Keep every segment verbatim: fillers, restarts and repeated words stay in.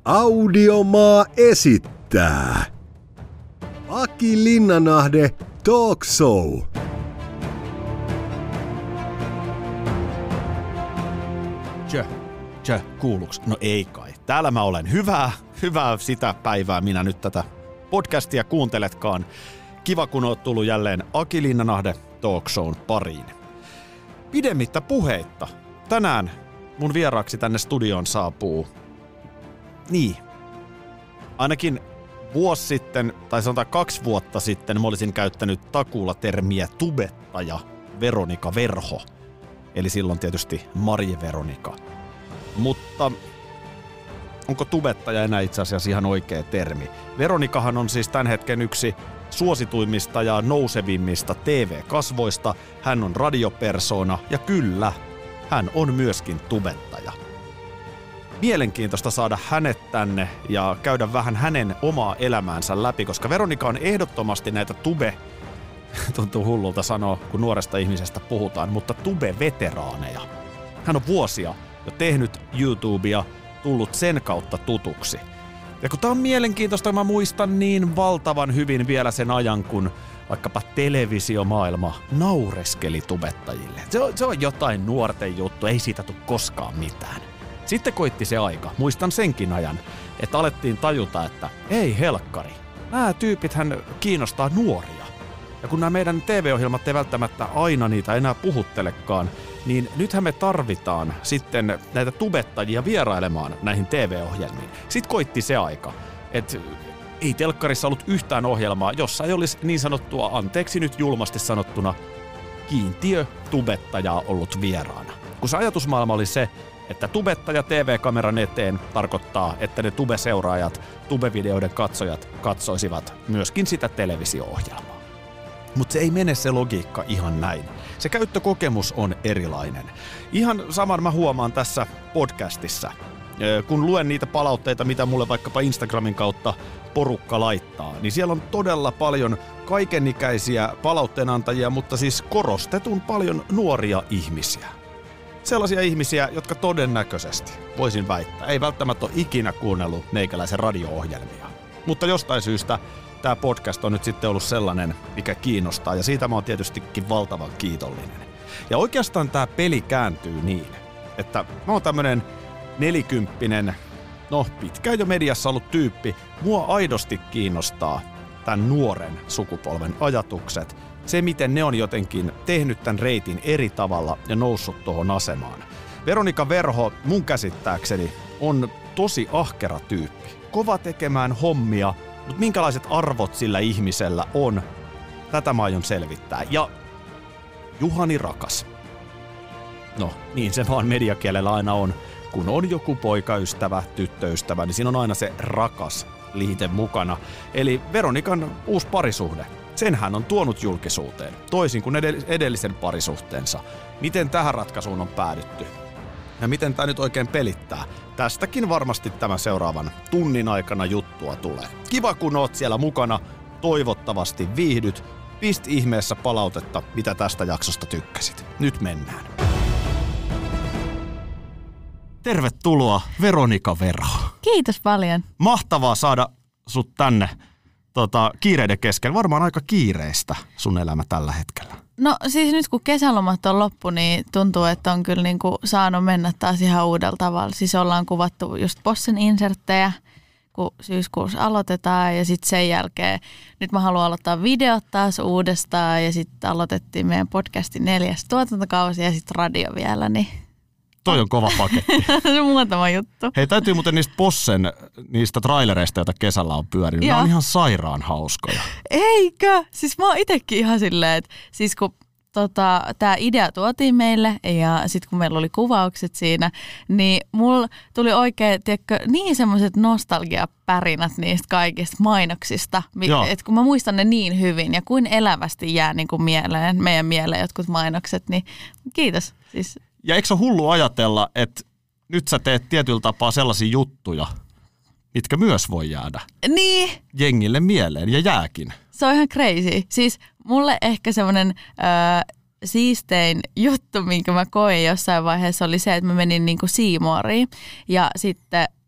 Audiomaa esittää Aki Linnanahde Talk Show. Tjö, tjö, kuuluks? No ei kai. Täällä mä olen. Hyvää, hyvää sitä päivää minä nyt tätä podcastia kuunteletkaan. Kiva, kun oot tullut jälleen Aki Linnanahde Talk Shown pariin. Pidemmittä puheitta. Tänään mun vieraaksi tänne studioon saapuu. Niin. Ainakin vuosi sitten, tai sanotaan kaksi vuotta sitten, mä olisin käyttänyt takuulla termiä tubettaja Veronika Verho. Eli silloin tietysti Marje Veronika. Mutta onko tubettaja enää itse asiassa ihan oikea termi? Veronikahan on siis tämän hetken yksi suosituimmista ja nousevimmista T V-kasvoista. Hän on radiopersona ja kyllä, hän on myöskin tubettaja. Mielenkiintoista saada hänet tänne ja käydä vähän hänen omaa elämäänsä läpi, koska Veronika on ehdottomasti näitä tube, tuntuu hullulta sanoa, kun nuoresta ihmisestä puhutaan, mutta tube-veteraaneja. Hän on vuosia jo tehnyt YouTubea, tullut sen kautta tutuksi. Ja kun tää on mielenkiintoista, mä muistan niin valtavan hyvin vielä sen ajan, kun vaikkapa televisiomaailma naureskeli tubettajille. Se on, se on jotain nuorten juttu, ei siitä tule koskaan mitään. Sitten koitti se aika, muistan senkin ajan, että alettiin tajuta, että ei helkkari, nämä tyypithän kiinnostaa nuoria. Ja kun nämä meidän T V-ohjelmat ei välttämättä aina niitä enää puhuttelekaan, niin nythän me tarvitaan sitten näitä tubettajia vierailemaan näihin T V-ohjelmiin. Sitten koitti se aika, että ei telkkarissa ollut yhtään ohjelmaa, jossa ei olisi niin sanottua, anteeksi nyt julmasti sanottuna, kiintiö tubettajaa ollut vieraana. Kun se ajatusmaailma oli se, että tubettaja T V-kameran eteen tarkoittaa, että ne tube-seuraajat, tube-videoiden katsojat katsoisivat myöskin sitä televisio-ohjelmaa. Mutta se ei mene se logiikka ihan näin. Se käyttökokemus on erilainen. Ihan saman mä huomaan tässä podcastissa. Kun luen niitä palautteita, mitä mulle vaikkapa Instagramin kautta porukka laittaa, niin siellä on todella paljon kaikenikäisiä palautteenantajia, mutta siis korostetun paljon nuoria ihmisiä. Sellaisia ihmisiä, jotka todennäköisesti, voisin väittää, ei välttämättä ole ikinä kuunnellut meikäläisen radio-ohjelmia. Mutta jostain syystä tämä podcast on nyt sitten ollut sellainen, mikä kiinnostaa, ja siitä mä oon tietystikin valtavan kiitollinen. Ja oikeastaan tämä peli kääntyy niin, että mä oon tämmönen nelikymppinen, no pitkään jo mediassa ollut tyyppi, mua aidosti kiinnostaa tämän nuoren sukupolven ajatukset, se miten ne on jotenkin tehnyt tämän reitin eri tavalla ja noussut tuohon asemaan. Veronika Verho mun käsittääkseni on tosi ahkera tyyppi, kova tekemään hommia, mutta minkälaiset arvot sillä ihmisellä on, tätä mä aion selvittää. Ja Juhani rakas. No, niin se vaan mediakielellä aina on. Kun on joku poikaystävä, tyttöystävä, niin siinä on aina se rakas liite mukana. Eli Veronikan uusi parisuhde. Sen hän on tuonut julkisuuteen, toisin kuin edellisen parisuhteensa. Miten tähän ratkaisuun on päädytty? Ja miten tämä nyt oikein pelittää? Tästäkin varmasti tämän seuraavan tunnin aikana juttua tulee. Kiva kun oot siellä mukana, toivottavasti viihdyt. Pist ihmeessä palautetta, mitä tästä jaksosta tykkäsit. Nyt mennään. Tervetuloa Veronika Verho. Kiitos paljon. Mahtavaa saada sut tänne tota, kiireiden kesken. Varmaan aika kiireistä sun elämä tällä hetkellä. No siis nyt kun kesälomat on loppu, niin tuntuu, että on kyllä niinku saanut mennä taas ihan uudella tavalla. Siis ollaan kuvattu just Bossen inserttejä, kun syyskuussa aloitetaan ja sitten sen jälkeen nyt mä haluan aloittaa videot taas uudestaan ja sitten aloitettiin meidän podcastin neljäs tuotantokausi ja sitten radio vielä, niin toi on kova paketti. Se on muutama juttu. Hei, täytyy muuten niistä Bossen, niistä trailereista, joita kesällä on pyörinyt. Ne on ihan sairaan hauskoja. Eikö? Siis mä oon itekin ihan silleen, että siis kun tota, tää idea tuotiin meille ja sit kun meillä oli kuvaukset siinä, niin mulla tuli oikein, tiedätkö, niin semmoiset nostalgiapärinät niistä kaikista mainoksista. Että kun mä muistan ne niin hyvin ja kuin elävästi jää niin kuin mieleen, meidän mieleen jotkut mainokset, niin kiitos siis. Ja eikö se ole hullu ajatella, että nyt sä teet tietyllä tapaa sellaisia juttuja, mitkä myös voi jäädä niin jengille mieleen ja jääkin. Se on ihan crazy. Siis mulle ehkä semmoinen äh, siistein juttu, minkä mä koin jossain vaiheessa oli se, että mä menin niinku C Moreiin ja sitten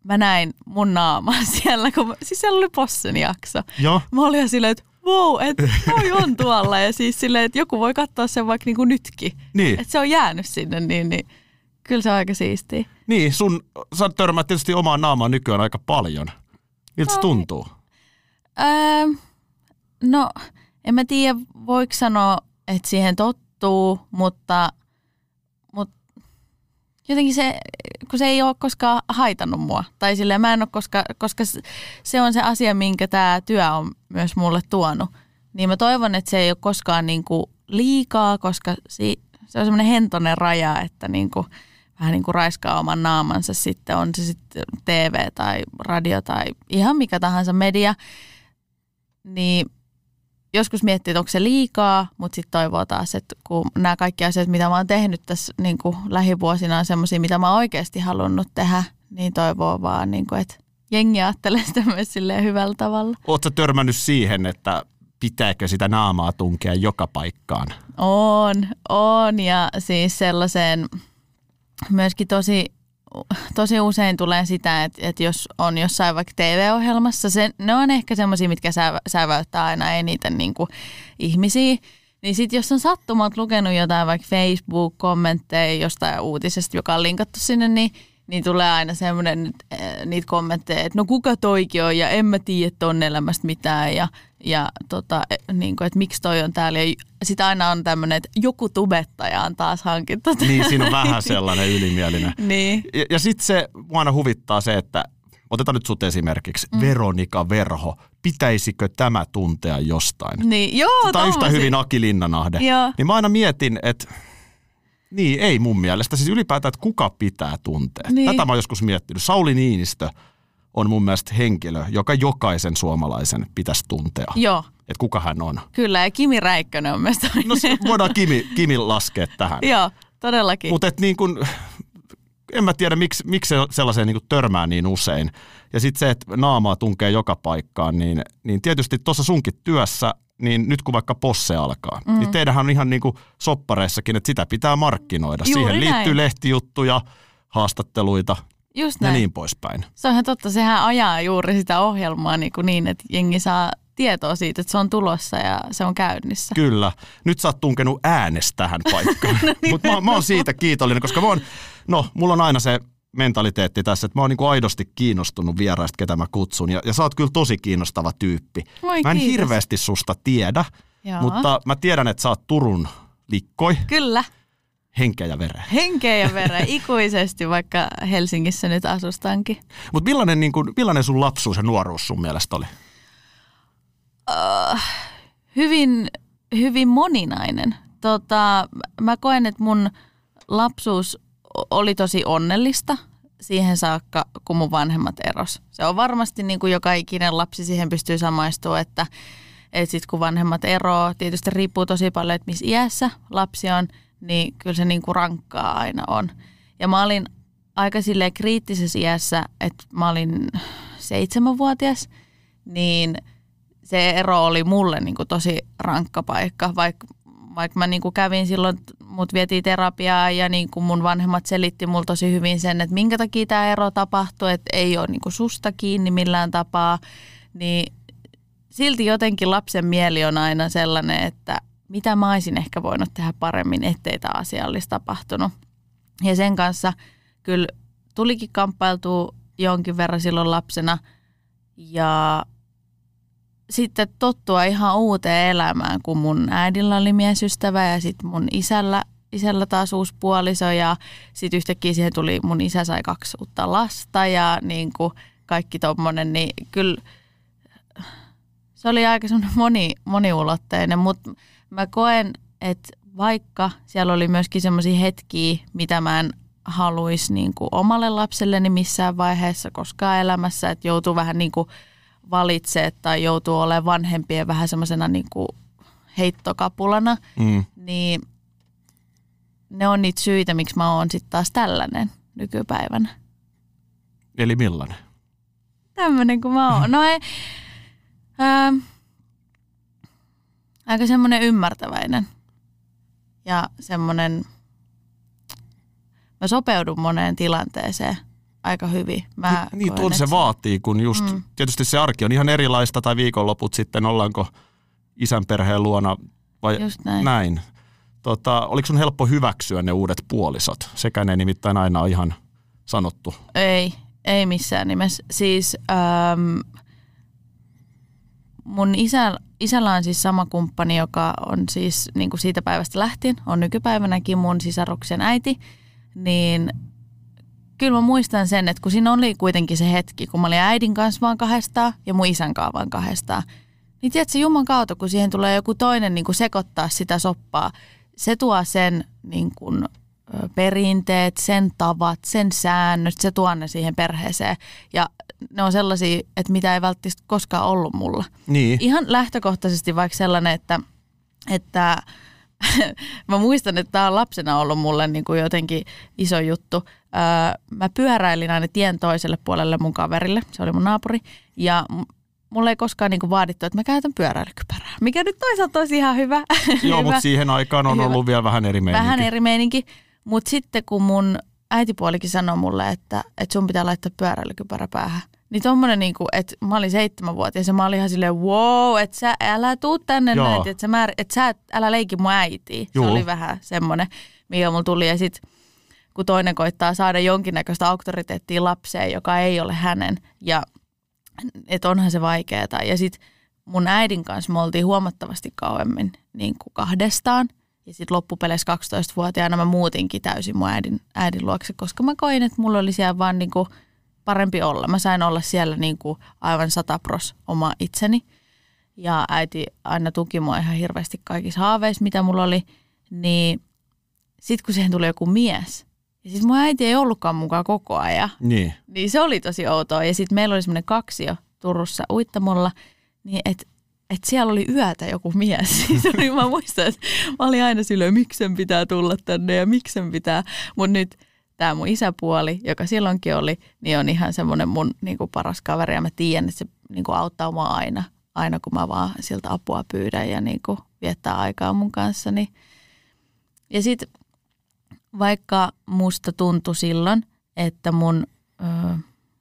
mä näin mun naaman siellä, kun siis siellä oli Possen jakso. Joo. Mä olin ihan silleen, että wow, että toi on tuolla ja siis silleen, että joku voi katsoa sen vaikka niinku nytkin. Niin. Että se on jäänyt sinne, niin, niin kyllä se on aika siistiä. Niin, sun, sä törmäät tietysti omaan naamaan nykyään aika paljon. Miltä se tuntuu? Öö, no, en mä tiedä, voiko sanoa, että siihen tottuu, mutta, mutta jotenkin se, kun se ei ole koskaan haitannut mua. Tai silleen mä en ole koska, koska se on se asia, minkä tämä työ on myös mulle tuonut. Niin mä toivon, että se ei ole koskaan niinku liikaa, koska si, se on semmoinen hentoinen raja, että niinku, vähän niin kuin raiskaa oman naamansa sitten, on se sitten T V tai radio tai ihan mikä tahansa media. Niin joskus miettii, että onko se liikaa, mutta sitten toivoo taas, että kun nämä kaikki asiat, mitä mä oon tehnyt tässä niin kuin lähivuosina on semmoisia, mitä mä oon oikeasti halunnut tehdä, niin toivoo vaan, niin kuin, että jengi ajattelee sitä myös silleen hyvällä tavalla. Ootko törmännyt siihen, että pitääkö sitä naamaa tunkea joka paikkaan? On, on ja siis sellaiseen myöskin tosi, tosi usein tulee sitä, että, että jos on jossain vaikka T V-ohjelmassa, se, ne on ehkä semmoisia, mitkä sä, säväyttää aina eniten niin kuin ihmisiä. Niin sitten jos on sattumalta lukenut jotain vaikka Facebook-kommentteja jostain uutisesta, joka on linkattu sinne, niin, niin tulee aina semmoinen niitä kommentteja, että no kuka toikin on ja en mä tiedä ton elämästä mitään ja, ja tota, niin kuin, että miksi toi on täällä. Ja sitten aina on tämmöinen, että joku tubettaja on taas hankittu. Niin, siinä on vähän sellainen ylimielinen. Niin. Ja, ja sitten se aina huvittaa se, että otetaan nyt sut esimerkiksi, mm. Veronika Verho, pitäisikö tämä tuntea jostain? Niin, joo, tai yhtä hyvin Aki Linnanahde. Joo. Niin mä aina mietin, että niin, ei mun mielestä. Siis ylipäätään, että kuka pitää tuntea. Niin. Tätä mä oon joskus miettinyt. Sauli Niinistö on mun mielestä henkilö, joka jokaisen suomalaisen pitäisi tuntea. Joo. Että kuka hän on. Kyllä, ja Kimi Räikkönen on myös toinen. No voidaan Kimi, Kimi laskea tähän. Joo, todellakin. Mutta niin kun, en mä tiedä, miksi, miksi se sellaiseen niin kun törmää niin usein. Ja sitten se, että naamaa tunkee joka paikkaan, niin, niin tietysti tuossa sunkin työssä, niin nyt kun vaikka Posse alkaa, mm. niin teidähän on ihan niin kuin soppareissakin, että sitä pitää markkinoida. Juuri siihen liittyy näin. Lehtijuttuja, haastatteluita Just ja näin. niin poispäin. Se on ihan totta, sehän ajaa juuri sitä ohjelmaa niin, kuin niin että jengi saa tietoa siitä, että se on tulossa ja se on käynnissä. Kyllä. Nyt sä oot tunkenut äänes tähän paikkaan. no niin. Mutta mä, mä oon siitä kiitollinen, koska mä oon, no, mulla on aina se mentaliteetti tässä, että mä oon niinku aidosti kiinnostunut vieraista, ketä mä kutsun. Ja, ja sä oot kyllä tosi kiinnostava tyyppi. Moi, mä en kiitos. hirveästi susta tiedä, Joo. mutta mä tiedän, että sä oot Turun likkoi. Kyllä. Henkeä ja vereä. Henkeä ja vereä ikuisesti, vaikka Helsingissä nyt asustankin. Mutta millainen, niin kun, millainen sun lapsuus ja nuoruus sun mielestä oli? Uh, hyvin, hyvin moninainen. Tota, mä koen, että mun lapsuus oli tosi onnellista siihen saakka, kun mun vanhemmat eros. Se on varmasti niin kuin joka ikinen lapsi siihen pystyy samaistumaan, että, että sit kun vanhemmat eroo, tietysti riippuu tosi paljon, että missä iässä lapsi on, niin kyllä se niin kuin rankkaa aina on. Ja mä olin aika silleen kriittisessä iässä, että mä olin seitsemänvuotias, niin se ero oli mulle niin kuin tosi rankka paikka, vaikka vaikka mä niin kuin kävin silloin, mut vietiin terapiaa ja niin kuin mun vanhemmat selitti mulle tosi hyvin sen, että minkä takia tämä ero tapahtui, että ei ole niin kuin susta kiinni millään tapaa, niin silti jotenkin lapsen mieli on aina sellainen, että mitä mä olisin ehkä voinut tehdä paremmin, ettei tämä asia olisi tapahtunut. Ja sen kanssa kyllä tulikin kamppailtua jonkin verran silloin lapsena ja sitten tottua ihan uuteen elämään, kun mun äidillä oli miesystävä ja sitten mun isällä, isällä taas uusi puoliso ja sitten yhtäkkiä siihen tuli, mun isä sai kaksi uutta lasta ja niin kuin kaikki tommonen, niin kyllä se oli aika semmoinen moni, moniulotteinen, mutta mä koen, että vaikka siellä oli myöskin semmoisia hetkiä, mitä mä en haluaisi niin kuin omalle lapselleni missään vaiheessa koskaan elämässä, että joutuu vähän niin kuin valitsee tai joutuu olemaan vanhempien vähän semmoisena niin kuin heittokapulana, mm. niin ne on niitä syitä, miksi mä oon sitten taas tällainen nykypäivänä. Eli millainen? Tämmöinen kuin mä oon. No ei, ää, aika semmoinen ymmärtäväinen ja semmoinen, mä sopeudun moneen tilanteeseen aika hyvin. Mä niin, koen, tuon se vaatii, kun just mm. tietysti se arki on ihan erilaista tai viikonloput sitten ollaanko isän perheen luona vai just näin. näin. Tota, oliko sun helppo hyväksyä ne uudet puolisot? Sekään ei nimittäin aina ole ihan sanottu. Ei, ei missään nimessä. Siis ähm, mun isä, isällä on siis sama kumppani, joka on siis niin kuin siitä päivästä lähtien, on nykypäivänäkin mun sisaruksen äiti, niin kyllä mä muistan sen, että kun siinä oli kuitenkin se hetki, kun mä olin äidin kanssa vaan kahdestaan ja mun isän kanssa vaan kahdestaan, niin tiedätkö, Juman kautta, kun siihen tulee joku toinen niin kuin sekoittaa sitä soppaa, se tuo sen niin kuin, perinteet, sen tavat, sen säännöt, se tuo ne siihen perheeseen. Ja ne on sellaisia, että mitä ei välttämättä koskaan ollut mulla. Niin. Ihan lähtökohtaisesti vaikka sellainen, että, että mä muistan, että tämä on lapsena ollut mulle niin kuin jotenkin iso juttu. Mä pyöräilin aina tien toiselle puolelle mun kaverille, se oli mun naapuri, ja mulla ei koskaan niinku vaadittu, että mä käytän pyöräilykypärää, mikä nyt toisaalta olisi ihan hyvä. Joo, mutta siihen aikaan on ollut vielä vähän eri meininki. Vähän eri meininki, mutta sitten kun mun äitipuolikin sanoi mulle, että, että sun pitää laittaa pyöräilykypärä päähän, niin tommonen, niinku, että mä olin seitsemänvuotias ja mä olin ihan silleen, wow, että sä älä tuu tänne Joo. näin, että sä, mä, että sä älä leiki mun äitiä. Se oli vähän semmoinen, mikä mulla tuli. Ja sit kun toinen koittaa saada jonkinnäköistä auktoriteettia lapseen, joka ei ole hänen, ja että onhan se vaikeaa. Ja sitten mun äidin kanssa me oltiin huomattavasti kauemmin niin kuin kahdestaan. Ja sitten loppupeleissä kaksitoistavuotiaana mä muutinkin täysin mun äidin, äidin luokse, koska mä koin, että mulla oli siellä vaan niin kuin parempi olla. Mä sain olla siellä niin kuin aivan satapros oma itseni. Ja äiti aina tuki mua ihan hirveästi kaikissa haaveissa, mitä mulla oli. Niin sitten kun siihen tuli joku mies, ja siis mun äiti ei ollutkaan mukaan koko ajan. Niin. Niin se oli tosi outoa. Ja sitten meillä oli semmoinen kaksio Turussa Uittamolla, niin että et siellä oli yötä joku mies. Siis oli, mä muistan, että mä olin aina silleen, miksen pitää tulla tänne ja miksen pitää. Mutta nyt tämä mun isäpuoli, joka silloinkin oli, niin on ihan semmoinen mun niinku paras kaveri. Ja mä tiedän, että se niinku auttaa mua aina, aina kun mä vaan siltä apua pyydän ja niinku viettää aikaa mun kanssani. Ja sitten vaikka musta tuntui silloin, että mun, ö,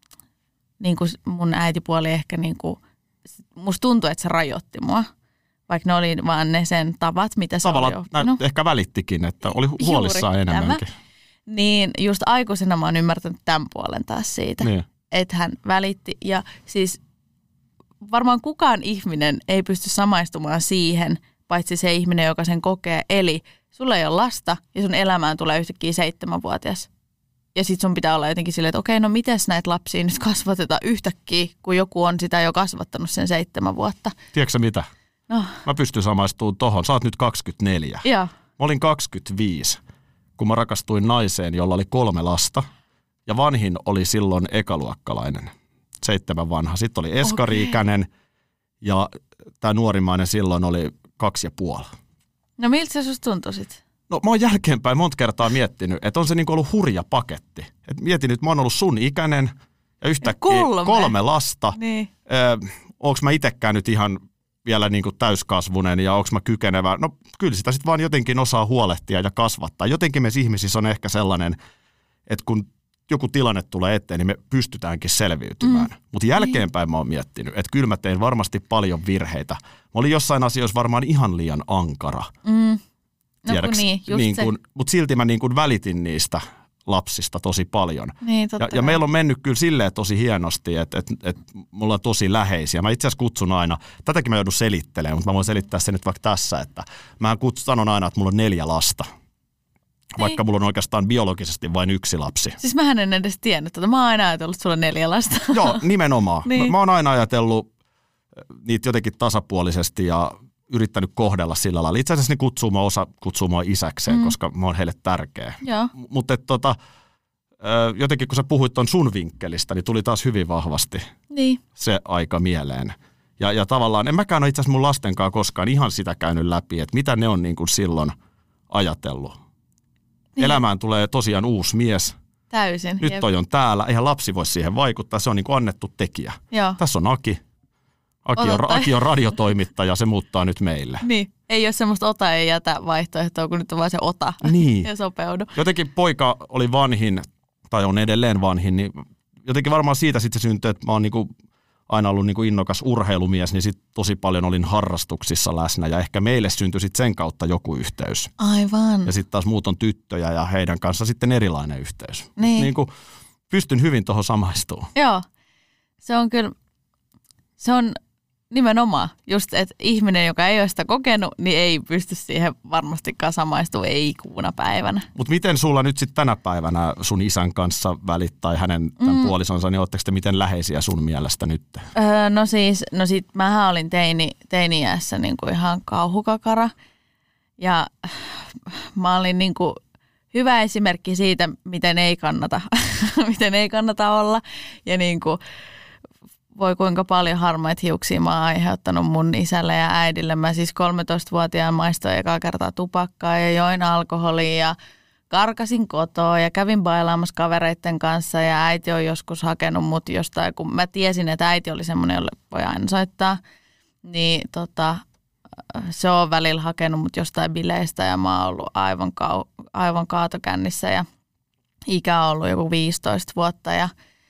niin kuin mun äitipuoli ehkä, niin kuin, musta tuntui, että se rajoitti mua. Vaikka ne oli vaan ne sen tavat, mitä se Tavallaan oli oppinut. ehkä välittikin, että oli huolissaan Juuri enemmänkin. Tämä. Niin just aikuisena mä oon ymmärtänyt tämän puolen taas siitä, niin. Että hän välitti. Ja siis varmaan kukaan ihminen ei pysty samaistumaan siihen, paitsi se ihminen, joka sen kokee. Eli sulla ei ole lasta ja sun elämään tulee yhtäkkiä seitsemänvuotias. Ja sit sun pitää olla jotenkin silleen, että okei, no mites näitä lapsia nyt kasvatetaan yhtäkkiä, kun joku on sitä jo kasvattanut sen seitsemän vuotta. Tiedätkö mitä? No. Mä pystyn samaistumaan tohon. Sä oot nyt kaksikymmentäneljä. Joo. Mä olin kaksikymmentäviisi, kun mä rakastuin naiseen, jolla oli kolme lasta. Ja vanhin oli silloin ekaluokkalainen, seitsemän vanha. Sitten oli eskari-ikäinen okay. Ja tää nuorimmainen silloin oli kaksi ja puoli. No miltä se susta tuntui sit? No mä oon jälkeenpäin monta kertaa miettinyt, että on se niinku ollut hurja paketti. Et mietin nyt, mä oon ollut sun ikäinen ja yhtäkkiä kolme, kolme lasta. Niin. Ö, onks mä itekään nyt ihan vielä niinku täyskasvunen ja onks mä kykenevä? No kyllä sitä sitten vaan jotenkin osaa huolehtia ja kasvattaa. Jotenkin meissä ihmisissä on ehkä sellainen, että kun joku tilanne tulee eteen, niin me pystytäänkin selviytymään. Mm. Mutta jälkeenpäin mä oon miettinyt, että kyllä mä tein varmasti paljon virheitä. Mä olin jossain asioissa varmaan ihan liian ankara. Mm. No kun niin, just niin kun, se. Mutta silti mä niin kun välitin niistä lapsista tosi paljon. Niin, ja, ja meillä on mennyt kyllä silleen tosi hienosti, että et, et mulla on tosi läheisiä. Mä itse asiassa kutsun aina, tätäkin mä joudun selittelemään, mutta mä voin selittää sen nyt vaikka tässä, että mä kutsun, sanon aina, että mulla on neljä lasta. Vaikka mulla on oikeastaan biologisesti vain yksi lapsi. Siis mähän en edes tiennyt, että mä oon aina ajatellut, että sulla on neljä lasta. Joo, nimenomaan. Niin. Mä, mä oon aina ajatellut niitä jotenkin tasapuolisesti ja yrittänyt kohdella sillä lailla. Itse asiassa ne kutsuu mua, osa kutsuu mua isäkseen, mm. koska mä oon heille tärkeä. Joo. Mutta tota, jotenkin kun sä puhuit ton sun vinkkelistä, niin tuli taas hyvin vahvasti niin. se aika mieleen. Ja, ja tavallaan, en mäkään ole itse asiassa mun lastenkaan koskaan ihan sitä käynyt läpi, että mitä ne on niin kuin silloin ajatellut. Niin. Elämään tulee tosiaan uusi mies. Täysin. Nyt toi on täällä. Eihän lapsi voi siihen vaikuttaa. Se on niin kuin annettu tekijä. Joo. Tässä on Aki. Aki on, Aki on radiotoimittaja. Se muuttaa nyt meille. Niin. Ei ole semmoista ota ei jätä vaihtoehtoa, kun nyt on vaan se ota niin. ja sopeudu. Jotenkin poika oli vanhin, tai on edelleen vanhin, niin jotenkin varmaan siitä sitten se syntyi, että mä oon niinku aina ollut niinku innokas urheilumies, niin sitten tosi paljon olin harrastuksissa läsnä ja ehkä meille syntyi sitten sen kautta joku yhteys. Aivan. Ja sitten taas muut on tyttöjä ja heidän kanssa sitten erilainen yhteys. Niin. Niinku, pystyn hyvin tuohon samaistumaan. Joo, se on kyllä, se on nimenomaan just, että ihminen, joka ei ole sitä kokenut, niin ei pysty siihen varmastikaan samaistumaan, ei kuuna päivänä. Mutta miten sulla nyt sitten tänä päivänä sun isän kanssa välit tai hänen tämän mm. puolisonsa, niin ootteko te miten läheisiä sun mielestä nyt? Öö, no siis, no sit mähän olin teini, teini-iässä niin kuin ihan kauhukakara ja mä olin niin kuin hyvä esimerkki siitä, miten ei kannata, miten ei kannata olla ja niin kuin voi kuinka paljon harmaita hiuksia mä oon aiheuttanut mun isälle ja äidille. Mä siis kolmetoistavuotiaan maistoin ekaa kertaa tupakkaa ja join alkoholia ja karkasin kotoa ja kävin bailaamassa kavereiden kanssa ja äiti on joskus hakenut mut jostain, kun mä tiesin, että äiti oli semmoinen, jolle voi aina soittaa, niin tota, se on välillä hakenut mut jostain bileistä ja mä oon ollut aivan, kau- aivan kaatokännissä ja ikä on ollut joku viisitoista vuotta ja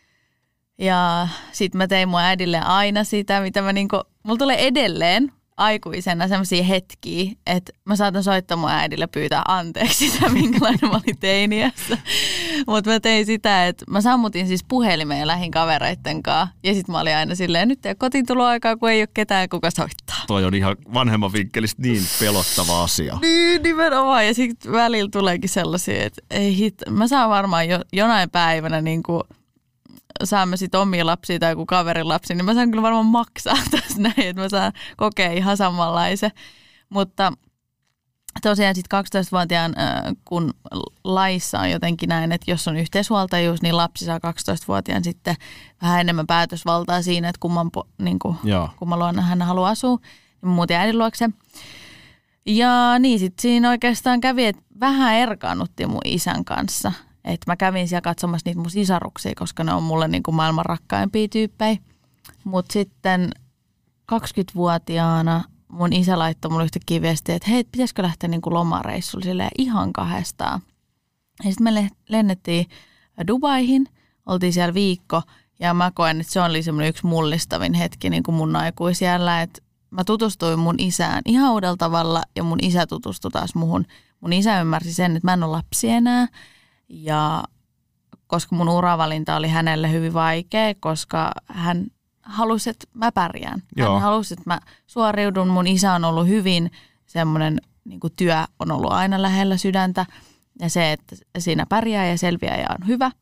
Ja sit mä tein mun äidille aina sitä, mitä mä niinku, mulla tulee edelleen aikuisena sellaisia hetkiä, että mä saatan soittaa mun äidille pyytää anteeksi sitä, minkälainen mä olin teiniässä. Mutta mä tein sitä, että mä sammutin siis puhelimeen ja lähdin kavereitten kanssa. Ja sit mä olin aina silleen, nyt ei ole kotiintuloaikaa, kun ei ole ketään, kuka soittaa. Toi on ihan vanhemman vinkkelistä niin pelottava asia. Niin, nimenomaan. Ja sit välillä tuleekin sellaisia, että ei hit, mä saan varmaan jo, jonain päivänä niinku saamme sitten omia lapsia tai joku kaverin lapsi, niin mä saan kyllä varmaan maksaa tässä näin, että mä saan kokea ihan samanlaisen. Mutta tosiaan sitten kaksitoistavuotiaan, kun laissa on jotenkin näin, että jos on yhteishuoltajuus, niin lapsi saa kaksitoistavuotiaan sitten vähän enemmän päätösvaltaa siinä, että kumman, niin kuin, kumman luona hän haluaa asua. Niin muutin äidin luokse. Ja niin sitten siinä oikeastaan kävi, että vähän erkaannuttiin mun isän kanssa. Että mä kävin siellä katsomassa niitä mun sisaruksia, koska ne on mulle niin kuin maailman rakkaimpia tyyppejä. Mutta sitten kaksikymmentävuotiaana mun isä laittoi mulle yhtäkkiä viestiä, että hei, pitäisikö lähteä niin kuin lomareissulle silleen ihan kahdestaan. Ja sitten me lennettiin Dubaihin, oltiin siellä viikko ja mä koen, että se oli semmoinen yksi mullistavin hetki niin kuin mun aikuisiällä, että mä tutustuin mun isään ihan uudella tavalla ja mun isä tutustui taas muhun. Mun isä ymmärsi sen, että mä en ole lapsi enää. Ja koska mun uravalinta oli hänelle hyvin vaikea, koska hän halusi, että mä pärjään. Joo. Hän halusi, että mä suoriudun. Mun isä on ollut hyvin semmoinen, niin kuin työ on ollut aina lähellä sydäntä. Ja se, että siinä pärjää ja selviää ja on hyvä.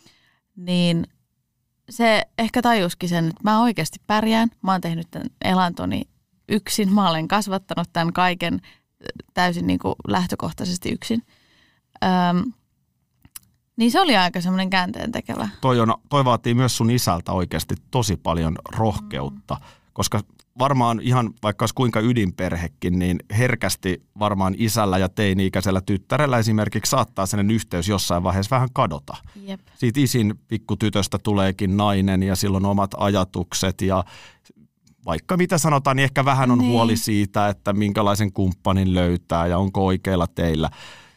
Niin se ehkä tajuskin sen, että mä oikeasti pärjään. Mä oon tehnyt tämän elantoni yksin. Mä olen kasvattanut tämän kaiken täysin niin kuin lähtökohtaisesti yksin. Öm, Niin se oli aika semmoinen käänteentekevä. Toi, on, toi vaatii myös sun isältä oikeasti tosi paljon rohkeutta, mm. koska varmaan ihan vaikka olisi kuinka ydinperhekin, niin herkästi varmaan isällä ja teini-ikäisellä tyttärellä esimerkiksi saattaa sellainen yhteys jossain vaiheessa vähän kadota. Jep. Siitä isin pikkutytöstä tuleekin nainen ja silloin omat ajatukset ja vaikka mitä sanotaan, niin ehkä vähän on niin. huoli siitä, että minkälaisen kumppanin löytää ja onko oikeilla teillä.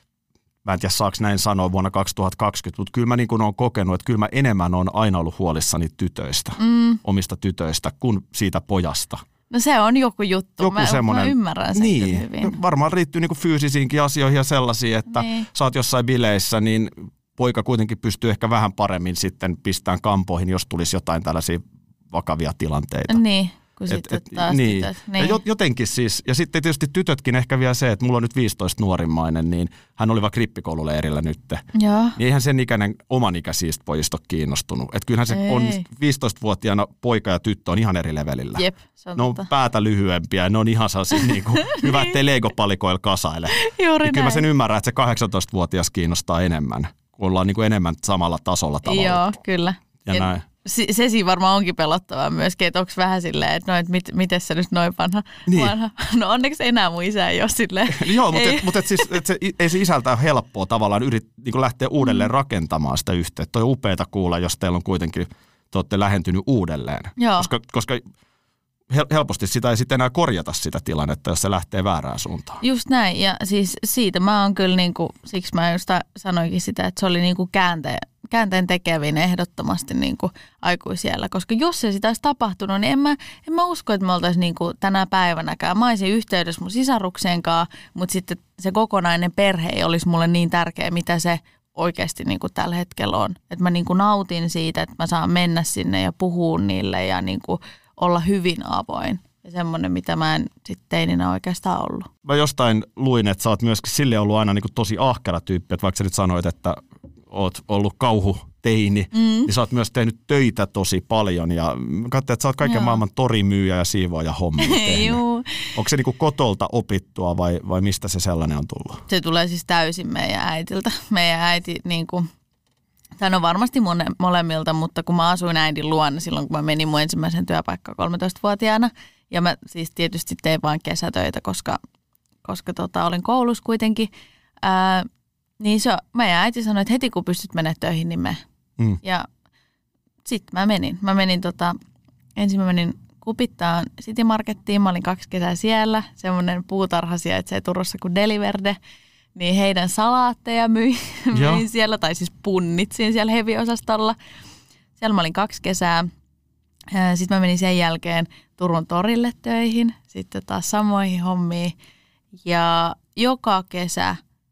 Mä en tiedä, saako näin sanoa vuonna kaksituhattakaksikymmentä, mutta kyllä mä niin kuin olen kokenut, että kyllä mä enemmän olen aina ollut huolissani tytöistä, mm. omista tytöistä, kuin siitä pojasta. No se on joku juttu. Joku mä, mä ymmärrän sen niin, hyvin. Varmaan liittyy niin kuin fyysisiinkin asioihin ja sellaisiin, että niin. sä oot jossain bileissä, niin poika kuitenkin pystyy ehkä vähän paremmin sitten pistämään kampoihin, jos tulisi jotain tällaisia vakavia tilanteita. Niin. Kun et, et, taas niin. tytöt. Niin. Ja jotenkin siis, ja sitten tietysti tytötkin ehkä vielä se, että mulla on nyt viisitoista nuorimmainen, niin hän oli vaikka rippikoululeirillä nyt. Joo. Niin eihän sen ikäinen oman ikäisistä pojista ole kiinnostunut. Että kyllähän se Ei. on viisitoistavuotiaana poika ja tyttö on ihan eri levelillä. Jep, se on ne on totta. päätä lyhyempiä ja ne on ihan sellaisia niin kuin, hyvä, ettei Lego-palikoilla kasaile. Juuri näin. Kyllä mä sen ymmärrän, että se kahdeksantoistavuotias kiinnostaa enemmän, kun ollaan niin kuin enemmän samalla tasolla tavalla. Joo, kyllä. Ja en... näin. Se siinä varmaan onkin pelottavaa myöskin, että onko vähän silleen, että no, et mit, miten sä nyt noin vanha, niin. vanha. No onneksi enää mun isä ei ole silleen. Joo, mutta, et, mutta et siis, et se, ei se isältä ole helppoa tavallaan yrit, niin lähteä uudelleen mm. rakentamaan sitä yhteyttä. Toi on upeata kuulla, jos teillä on kuitenkin, te olette lähentynyt uudelleen. Joo. Koska, koska helposti sitä ei sitten enää korjata sitä tilannetta, jos se lähtee väärään suuntaan. Just näin, ja siis siitä mä oon kyllä, niin kuin, siksi mä just sanoinkin sitä, että se oli niin kuin käänteen, käänteen tekeviin ehdottomasti niin kuin aikuisiellä, koska jos se sitä olisi tapahtunut, niin en mä, en mä usko, että me oltaisiin niin kuin tänä päivänäkään. Mä olisin yhteydessä mun sisarukseen kanssa, mutta sitten se kokonainen perhe ei olisi mulle niin tärkeä, mitä se oikeasti niin kuin tällä hetkellä on. Että mä niin kuin nautin siitä, että mä saan mennä sinne ja puhua niille ja niin kuin olla hyvin avoin. Ja semmoinen, mitä mä en sitten teininä oikeastaan ollut. Mä jostain luin, että sä oot myöskin sille ollut aina niin kuin tosi ahkera tyyppi, että vaikka sä nyt sanoit, että oot ollut kauhuteini, mm. niin sä oot myös tehnyt töitä tosi paljon ja katsoin, että sä oot kaiken Joo. maailman torimyyjä ja siivoaja hommia tehnyt. Onko se niin kuin kotolta opittua vai, vai mistä se sellainen on tullut? Se tulee siis täysin meidän äitiltä. Meidän äiti, niin kuin, tämä on varmasti mone, molemmilta, mutta kun mä asuin äidin luona silloin, kun mä menin mun ensimmäisen työpaikkaan kolmetoistavuotiaana, ja mä siis tietysti tein vain kesätöitä, koska, koska tota, olin koulussa kuitenkin, ää, niin se, meidän äiti sanoi, että heti kun pystyt menemään töihin, niin me. Mm. Ja sitten mä menin. Mä menin tota, ensin mä menin Kupittaan City Markettiin. Mä olin kaksi kesää siellä. Semmoinen puutarha sijaitsee Turussa kuin Deliverde. Niin heidän salaatteja myin, myin siellä, tai siis punnitsin siellä heavy-osastolla. Siellä mä olin kaksi kesää. Sitten mä menin sen jälkeen Turun torille töihin. Sitten taas samoihin hommiin. Ja joka kesä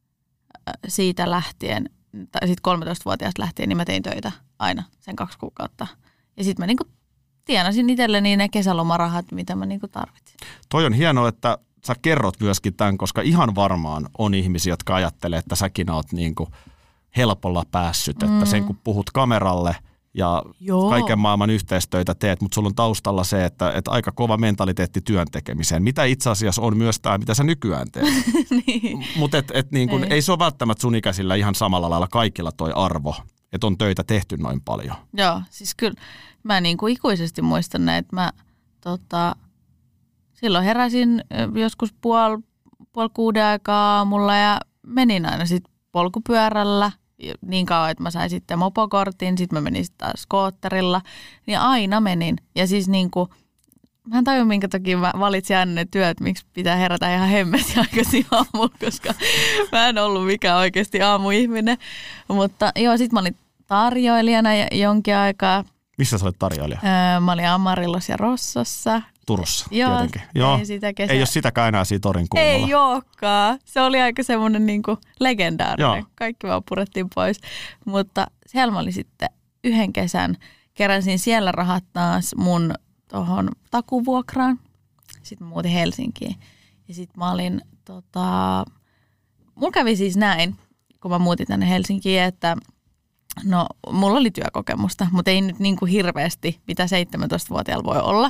siitä lähtien, tai sitten kolmetoistavuotiaasta lähtien, niin mä tein töitä aina sen kaksi kuukautta. Ja sitten mä niinku tienasin itselleni ne kesälomarahat, mitä mä niinku tarvitsin. Toi on hienoa, että sä kerrot myöskin tämän, koska ihan varmaan on ihmisiä, jotka ajattelee, että säkin oot niinku helpolla päässyt. Mm. Että sen kun puhut kameralle ja Joo. kaiken maailman yhteistöitä teet, mutta sulla on taustalla se, että, että aika kova mentaliteetti työn tekemiseen. Mitä itse asiassa on myös tämä, mitä sä nykyään teet. niin. Mutta et, et niin kun, ei. ei se ole välttämättä sun ikäisillä ihan samalla lailla kaikilla toi arvo, että on töitä tehty noin paljon. Joo, siis kyllä mä niin kuin ikuisesti muistan, että mä tota, silloin heräsin joskus puoli puol kuuden aikaa aamulla ja menin aina sitten polkupyörällä. Niin kauan, että mä sain sitten mopokortin, sitten mä menin sitten taas skootterilla, niin aina menin. Ja siis niin kuin, mä en tajua, minkä takia mä valitsin aina ne työt, miksi pitää herätä ihan hemmetin aikaisin aamulla, koska mä en ollut mikään oikeasti aamuihminen. Mutta joo, sitten mä olin tarjoilijana jonkin aikaa. Missä sä olet tarjoilija? Öö, mä olin Amarillos ja Rossossa. Turussa, Joo, tietenkin. Joo, ei, sitä kesä... ei ole sitäkään enää siinä torin kulmalla. Ei olekaan. Se oli aika semmoinen niinku legendaarinen. Joo. Kaikki vaan purettiin pois. Mutta siellä mä olin sitten yhden kesän. Keräsin siellä rahat taas mun tohon takuvuokraan. Sitten mä muutin Helsinkiin. Ja sitten mä olin, tota... mulla kävi siis näin, kun mä muutin tänne Helsinkiin, että no, mulla oli työkokemusta, mutta ei nyt niin kuin hirveästi, mitä seitsemäntoistavuotiaalla voi olla.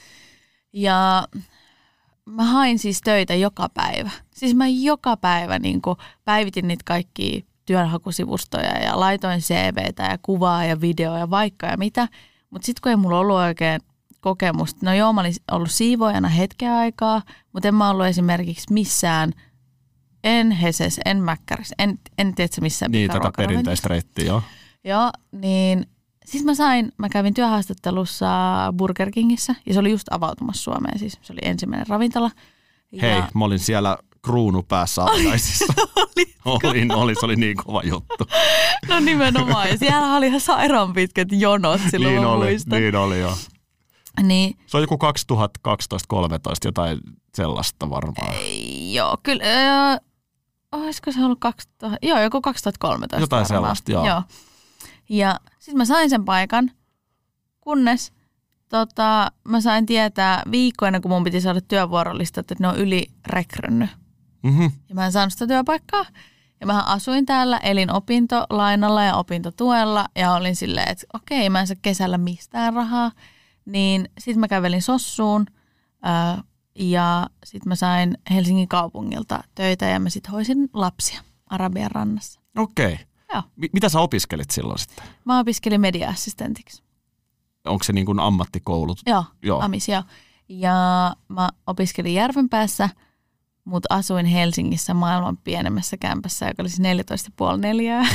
Ja mä hain siis töitä joka päivä. Siis mä joka päivä niin kuin päivitin niitä kaikkia työnhakusivustoja ja laitoin C V:tä ja kuvaa ja videoa ja vaikka ja mitä. Mutta sitten kun ei mulla ollut oikein kokemusta, no joo, mä olin ollut siivoojana hetken aikaa, mutta en mä ollut esimerkiksi missään, en Heses, en Mäkkärissä, en, en tiedä missään. Niin, tätä perinteistä reittiä, joo. Joo, niin siis mä sain, mä kävin työhaastattelussa Burger Kingissä ja se oli just avautumassa Suomeen, siis se oli ensimmäinen ravintola. Hei, ja... mä olin siellä kruunu päässä avajaisissa. Olin, oli, se oli niin kova juttu. No nimenomaan, ja siellä oli ihan sairaan pitkät jonot silloin niin mä oli, muistan. niin oli, joo. Niin. Se on joku kaksituhattakaksitoista kolmetoista jotain sellaista varmaan. Ei, joo, kyllä. Öö, olisiko se ollut kaksituhatta, joo, joku kaksituhattakolmetoista jotain varmaan. Sellaista, joo. joo. Ja sitten mä sain sen paikan, kunnes tota, mä sain tietää viikkoina, kun mun piti saada työvuorolistat, että ne on yli rekrynyt. Mm-hmm. Ja mä en saanut sitä työpaikkaa. Ja mä asuin täällä, elin opintolainalla ja opintotuella ja olin silleen, että okei, mä en saa kesällä mistään rahaa. Niin sitten mä kävelin Sossuun ää, ja sitten mä sain Helsingin kaupungilta töitä ja mä sitten hoisin lapsia Arabian rannassa. Okei. Joo. M- mitä sä opiskelit silloin sitten? Mä opiskelin media-assistentiksi. Onko se niin kuin ammattikoulut? Joo, joo. Amis, joo. Ja mä opiskelin Järvenpäässä, mutta asuin Helsingissä maailman pienemmässä kämpässä, joka oli siis neljätoista pilkku viisi neliötä.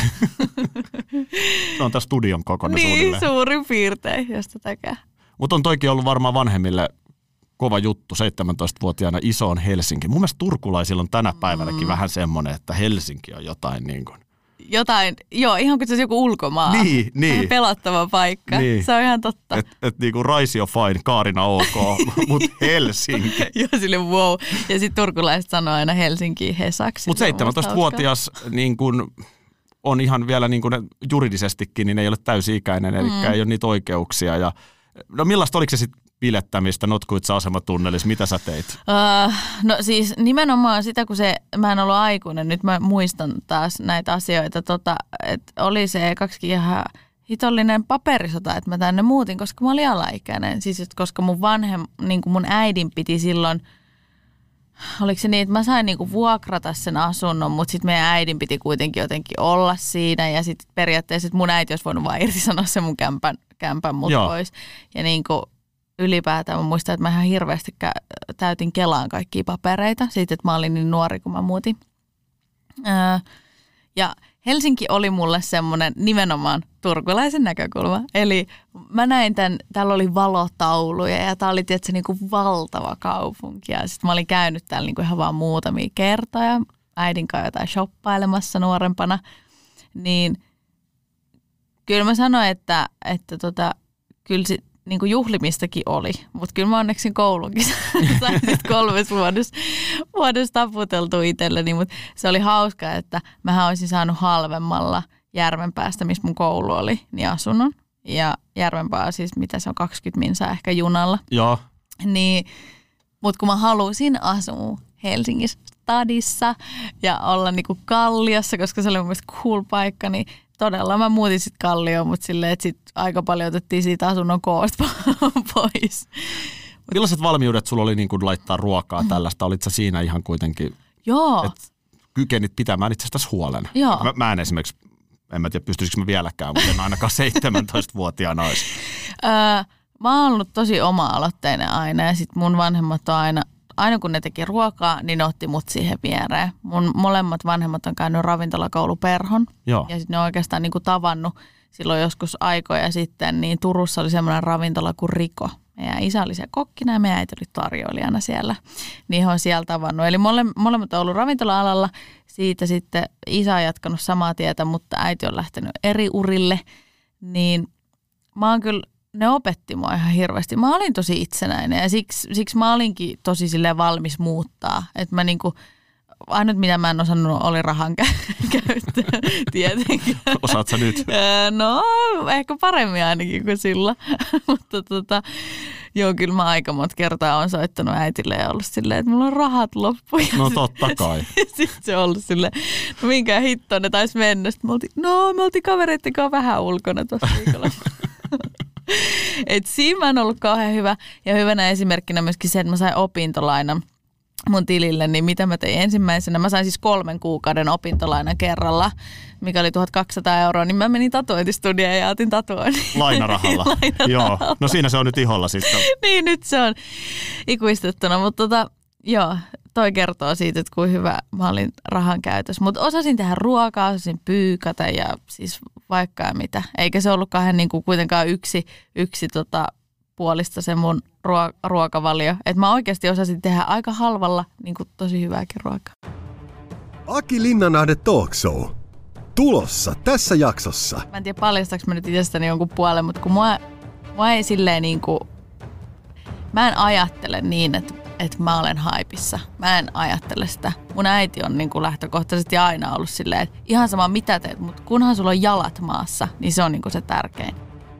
Se on tässä studion kokoinen niin, suunnilleen. suurin piirtein, jos tätäkään. Mutta on toikin ollut varmaan vanhemmille kova juttu seitsemäntoistavuotiaana isoon Helsinki. Mun mielestä turkulaisilla on tänä päivänäkin mm. vähän semmoinen, että Helsinki on jotain niin kuin jotain, joo, ihan kuin se olisi joku ulkomaa. Niin, niin. Pelottava paikka. Niin. Se on ihan totta. Että et niinku Raisio fine, Kaarina ok, mutta Helsinki. Joo, sille wow. Ja sitten turkulaiset sanoo aina Helsinkiin Hesaksi. Mutta seitsemäntoistavuotias niin kun on ihan vielä niin kun juridisestikin, niin ei ole täysi-ikäinen, eli mm. ei ole niitä oikeuksia. Ja, no millaista oliko se sitten bilettämistä Notkuitsa asematunnelissa? Mitä sä teit? Uh, no siis nimenomaan sitä, kun se, mä en ollut aikuinen, nyt mä muistan taas näitä asioita, tota, että oli se kaksikin ihan hitollinen paperisota, että mä tänne muutin, koska mä olin alaikäinen. Siis että koska mun vanhem, niin kuin mun äidin piti silloin, oliko se niin, että mä sain niin kuin vuokrata sen asunnon, mutta sitten meidän äidin piti kuitenkin jotenkin olla siinä ja sitten periaatteessa että mun äiti olisi voinut vaan irtisanoa sen mun kämpän, kämpän mut pois. Ja niin kuin ylipäätään mä muistan, että mä ihan hirveästi täytin Kelaan kaikkia papereita siitä, että mä olin niin nuori, kun mä muutin. Öö, ja Helsinki oli mulle semmoinen nimenomaan turkulaisen näkökulma. Eli mä näin tämän, täällä oli valotauluja ja tää oli tietysti niin kuin valtava kaupunki. Ja sitten mä olin käynyt täällä niin kuin ihan vaan muutamia kertoja äidin kanssa jotain shoppailemassa nuorempana. Niin kyllä mä sanoin, että, että tota, kyllä sit, niin kuin juhlimistakin oli, mutta kyllä mä onneksi koulunkin sain sitten kolmes vuodessa, vuodessa taputeltua itselleni, mutta se oli hauska, että mähän olisin saanut halvemmalla Järvenpäästä, missä mun koulu oli, niin asunnon. Ja Järvenpää siis, mitä se on, kaksikymmentä minsaa ehkä junalla. Joo. Niin, mutta kun mä halusin asua Helsingissä stadissa ja olla niinku Kalliossa, koska se oli mun mielestä cool paikka, niin todella mä muutin sitten Kallioon, mutta silleen, että sit aika paljon otettiin siitä asunnon koosta pois. Millaiset valmiudet sulla oli niin kuin laittaa ruokaa tällaista? Olit sä siinä ihan kuitenkin, Joo. että kykenit pitämään itsestäsi huolen? Joo. Mä, mä en esimerkiksi, en mä tiedä pystyisikö mä vieläkään, mutta en ainakaan seitsemäntoistavuotiaana olisi. öö, mä oon ollut tosi oma-aloitteinen aina ja sit mun vanhemmat on aina, aina kun ne teki ruokaa, niin ne otti mut siihen viereen. Mun molemmat vanhemmat on käynyt ravintolakouluperhon. Joo. Ja sitten ne on oikeastaan niinku tavannut silloin joskus aikoja sitten, niin Turussa oli semmoinen ravintola kuin Riko. Meidän isä oli siellä kokkina ja meidän äiti oli tarjoilijana siellä. Niin he on siellä tavannut. Eli mole, molemmat on ollut ravintola-alalla. Siitä sitten isä on jatkanut samaa tietä, mutta äiti on lähtenyt eri urille. Niin mä oon kyllä, ne opetti mua ihan hirveästi. Mä olin tosi itsenäinen ja siksi, siksi mä olinkin tosi silleen valmis muuttaa. Että mä niinku, ainut mitä mä en osannut oli rahan käyttää tietenkin. Osaat sä nyt? No ehkä paremmin ainakin kuin silloin. Mutta tota, joo kyllä mä aika monta kertaa on soittanut äitille ja ollut silleen, että mulla on rahat loppu. No totta kai. Sitten se on ollut silleen, no minkä hittoon ne taisi mennä. Sitten me oltiin, no me oltiin kavereitten kanssa vähän ulkona tuossa viikolla. Et siinä on ollut kauhean hyvä ja hyvänä esimerkkinä myöskin se, että mä sain opintolainan mun tilille, niin mitä mä tein ensimmäisenä. Mä sain siis kolmen kuukauden opintolainan kerralla, mikä oli tuhatkaksisataa euroa, niin mä menin tatuointistudioon ja otin tatuoinnin. Lainarahalla. Lainarahalla. Joo, no siinä se on nyt iholla sitten. Niin, nyt se on ikuistettuna, mutta tota, joo, toi kertoo siitä, että kuinka hyvä mä olin rahan käytössä. Mutta osasin tehdä ruokaa, osasin pyykata ja siis vaikka ja mitä. Eikä se ollut kahden niin kuin kuitenkaan yksi, yksi tota, puolista se mun ruo- ruokavalio. Että mä oikeasti osasin tehdä aika halvalla niin kuin tosi hyvääkin ruokaa. Aki Linnanahde Talk Show. Tulossa tässä jaksossa. Mä en tiedä paljastaanko mä nyt itsestäni jonkun puolen, mutta kun mua, mua ei silleen niin kuin, mä en ajattele niin, että, että mä olen haipissa. Mä en ajattele sitä. Mun äiti on niin kuin lähtökohtaisesti aina ollut silleen, että ihan sama mitä teet, mutta kunhan sulla on jalat maassa, niin se on niin kuin se tärkein.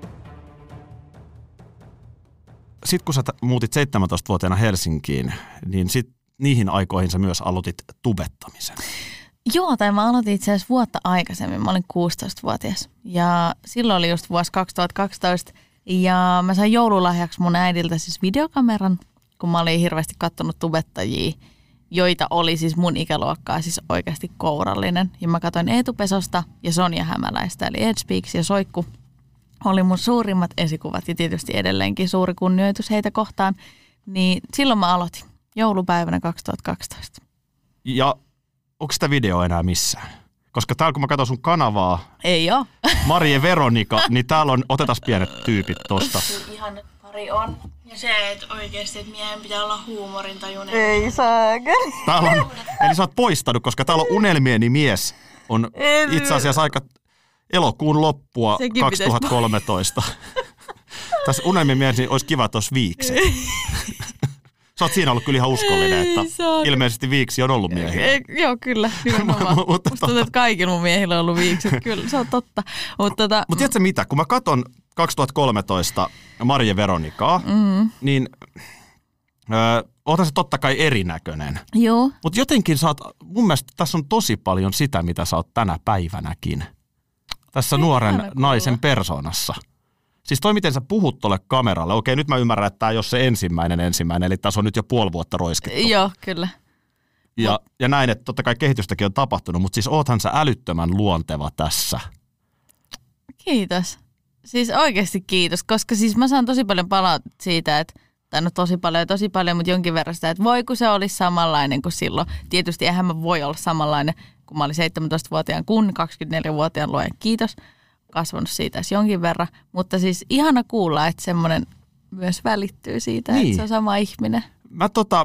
Sitten kun sä muutit seitsemäntoistavuotiaana Helsinkiin, niin sit niihin aikoihin sä myös aloitit tubettamisen. Joo, tai mä aloitin itse asiassa vuotta aikaisemmin. Mä olin kuusitoistavuotias ja silloin oli just vuosi kaksituhattakaksitoista ja mä sain joululahjaksi mun äidiltä siis videokameran, kun mä olin hirveästi katsonut tubettajia, joita oli siis mun ikäluokkaa siis oikeasti kourallinen. Ja mä katsoin Eetu Pesosta ja Sonja Hämäläistä eli Ed Speaks ja Soikku. Oli mun suurimmat esikuvat ja tietysti edelleenkin suuri kunnioitus heitä kohtaan. Niin silloin mä aloitin joulupäivänä kaksituhattakaksitoista. Ja onko sitä videoa enää missään? Koska täällä kun mä katson sun kanavaa, ei oo. Marie Veronika, niin täällä on, otetaan pienet tyypit tosta. Ihan pari on. Ja se, että oikeasti, että miehen pitää olla huumorintajuinen. Ei saakeli. Täällä on, eli sä oot poistanut, koska täällä on unelmieni mies. on itse asiassa aika elokuun loppua Sekin kaksituhattakolmetoista. Tässä unelmien mielessä olisi kiva tuossa viikset. Sä oot siinä ollut kyllä ihan uskollinen, että ilmeisesti viiksi on ollut miehiä. E, joo, kyllä. Nimenomaan. Musta tuntuu, että kaikilla mun miehillä on ollut viikset. Kyllä, se on totta. Mutta tota, Mut tiedätkö mitä? Kun mä katon kaksituhattakolmetoista Marje Veronikaa, mm-hmm. niin öö, oothan se totta kai erinäköinen. Joo. Mutta jotenkin sä oot, mun mielestä tässä on tosi paljon sitä, mitä sä oot tänä päivänäkin. Tässä Ei nuoren naisen persoonassa. Siis toi, miten sä puhut tolle kameralle. Okei, nyt mä ymmärrän, että tää ei ole se ensimmäinen ensimmäinen, eli tässä on nyt jo puoli vuotta roiskittu. Joo, kyllä. Ja, Mut, ja näin, että totta kai kehitystäkin on tapahtunut, mutta siis oothan sä älyttömän luonteva tässä. Kiitos. Siis oikeasti kiitos, koska siis mä saan tosi paljon palautetta siitä, että, tai no tosi paljon ja tosi paljon, mutta jonkin verran sitä, että voi kun se olisi samanlainen kuin silloin. Tietysti eihän mä voi olla samanlainen, kun mä olin seitsemäntoistavuotiaan kuin kaksikymmentäneljävuotiaan, luojan kiitos. Kasvanut siitä edes jonkin verran, mutta siis ihana kuulla, että semmoinen myös välittyy siitä, niin. Että se on sama ihminen. Mä tota,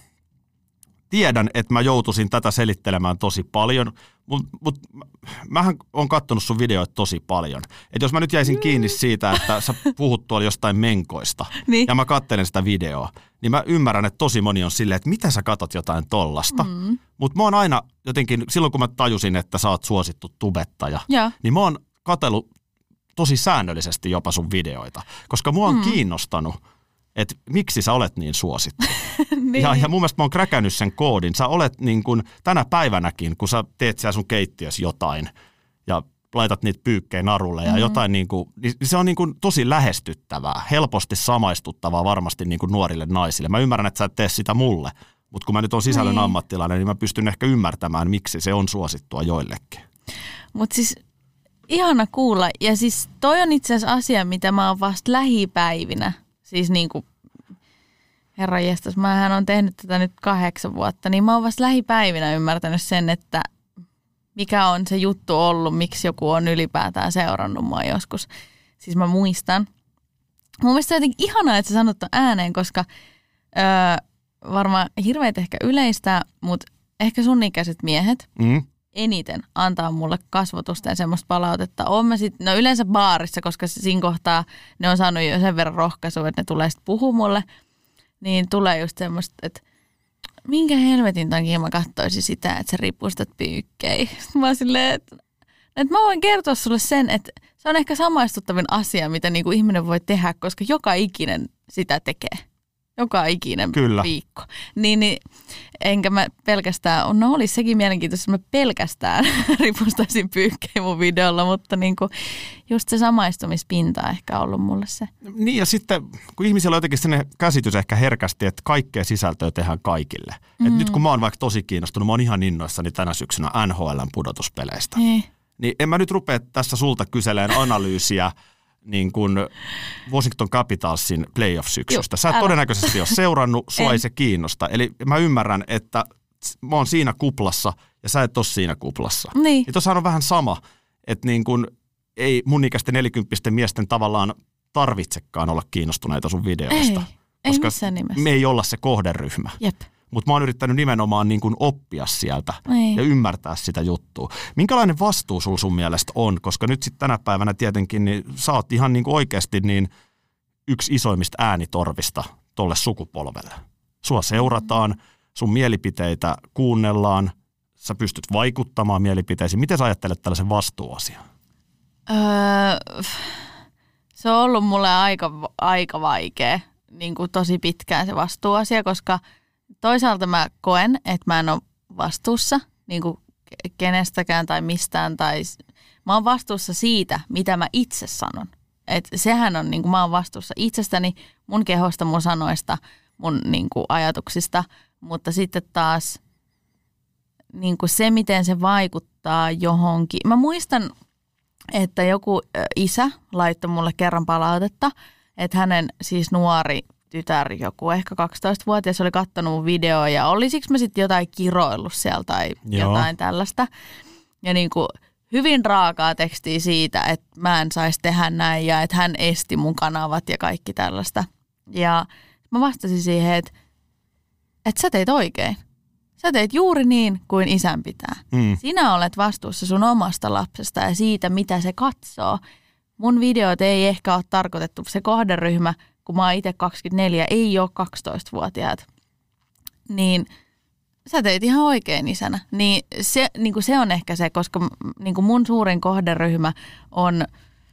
tiedän, että mä joutuisin tätä selittelemään tosi paljon, mutta mut, mähän oon kattonut sun videoita tosi paljon. Että jos mä nyt jäisin kiinni siitä, että sä puhut tuolla jostain menkoista niin. Ja mä katselen sitä videoa, niin mä ymmärrän, että tosi moni on silleen, että mitä sä katot jotain tollasta. Mm. Mutta mä oon aina jotenkin, silloin kun mä tajusin, että sä oot suosittu tubettaja, ja. Niin mä oon katsellut tosi säännöllisesti jopa sun videoita, koska mua on mm. kiinnostanut, että miksi sä olet niin suosittu. niin. ja, ja mun mielestä mä oon kräkännyt sen koodin. Sä olet niin kuin tänä päivänäkin, kun sä teet siellä sun keittiössä jotain ja laitat niitä pyykkejä narulle ja mm-hmm. jotain, niin, kuin, niin se on niin kuin tosi lähestyttävää, helposti samaistuttavaa varmasti niin kuin nuorille naisille. Mä ymmärrän, että sä et tee sitä mulle, mutta kun mä nyt oon sisällön niin. ammattilainen, niin mä pystyn ehkä ymmärtämään, miksi se on suosittua joillekin. Mutta siis ihana kuulla. Ja siis toi on itse asiassa asia, mitä mä oon vasta lähipäivinä. Siis niin kuin, herranjestas, mähän on tehnyt tätä nyt kahdeksan vuotta, niin mä oon vasta lähipäivinä ymmärtänyt sen, että mikä on se juttu ollut, miksi joku on ylipäätään seurannut mua joskus. Siis mä muistan. Mun mielestä se on jotenkin ihanaa, että sä sanot ton ääneen, koska öö, varmaan hirveet ehkä yleistä, mutta ehkä sun ikäiset miehet, mm. eniten antaa mulle kasvotusta ja semmoista palautetta. Oon mä sit, no yleensä baarissa, koska siinä kohtaa ne on saanut jo sen verran rohkaisua, että ne tulee sitten puhua mulle. Niin tulee just semmoista, että minkä helvetin takia mä katsoisin sitä, että sä ripustat pyykkejä. Sitten mä oon silleen, että, että mä voin kertoa sulle sen, että se on ehkä samaistuttavin asia, mitä niinku ihminen voi tehdä, koska joka ikinen sitä tekee. Joka ikinen Kyllä. viikko. Niin, niin enkä mä pelkästään, no olisi sekin mielenkiintoista, että mä pelkästään ripustaisin pyykkejä mun videolla, mutta niinku just se samaistumispinta on ehkä ollut mulle se. Niin ja sitten, kun ihmisillä on jotenkin sellainen käsitys ehkä herkästi, että kaikkea sisältöä tehdään kaikille. Mm-hmm. Et nyt kun mä oon vaikka tosi kiinnostunut, mä oon ihan innoissani tänä syksynä N H L:n pudotuspeleistä. Niin. Niin en mä nyt rupea tässä sulta kyseleen analyysiä niin kuin Washington Capitalsin playoff-syksystä. Sä et älä. todennäköisesti ole seurannut, sua ei se kiinnosta. Eli mä ymmärrän, että mä oon siinä kuplassa ja sä et ole siinä kuplassa. Niin. Ja tossahan on vähän sama, että niin kuin ei mun ikäisten nelikymppisten miesten tavallaan tarvitsekaan olla kiinnostuneita sun videoista. Ei, ei missään nimessä. Me ei olla se kohderyhmä. Jep. Mutta mä oon yrittänyt nimenomaan niin kuin oppia sieltä ei. ja ymmärtää sitä juttua. Minkälainen vastuu sul sun mielestä on? Koska nyt sitten tänä päivänä tietenkin niin sä oot ihan niin kuin oikeasti niin yksi isoimmista äänitorvista tolle sukupolvelle. Sua seurataan, sun mielipiteitä kuunnellaan, sä pystyt vaikuttamaan mielipiteisiin. Miten sä ajattelet tällaisen vastuuasian? Öö, se on ollut mulle aika, aika vaikea, niin kuin tosi pitkään se vastuuasia, koska toisaalta mä koen, että mä en ole vastuussa niin kuin kenestäkään tai mistään. Tai mä oon vastuussa siitä, mitä mä itse sanon. Et sehän on, niin kuin mä oon vastuussa itsestäni, mun kehosta, mun sanoista, mun niin kuin ajatuksista. Mutta sitten taas niin kuin se, miten se vaikuttaa johonkin. Mä muistan, että joku isä laittoi mulle kerran palautetta, että hänen siis nuori tytär, joku ehkä kaksitoistavuotias, oli kattonut videoa ja olisiko mä sitten jotain kiroillut siellä tai Joo. jotain tällaista. Ja niin kuin hyvin raakaa tekstiä siitä, että mä en saisi tehdä näin ja että hän esti mun kanavat ja kaikki tällaista. Ja mä vastasin siihen, että, että sä teit oikein. Sä teet juuri niin kuin isän pitää. Mm. Sinä olet vastuussa sun omasta lapsesta ja siitä, mitä se katsoo. Mun videot ei ehkä ole tarkoitettu, se kohderyhmä, kun mä oon itse kaksikymmentäneljä, ei ole kaksitoistavuotiaat. Niin sä teit ihan oikein isänä. Niin se, niin kuin se on ehkä se, koska niin kuin mun suurin kohderyhmä on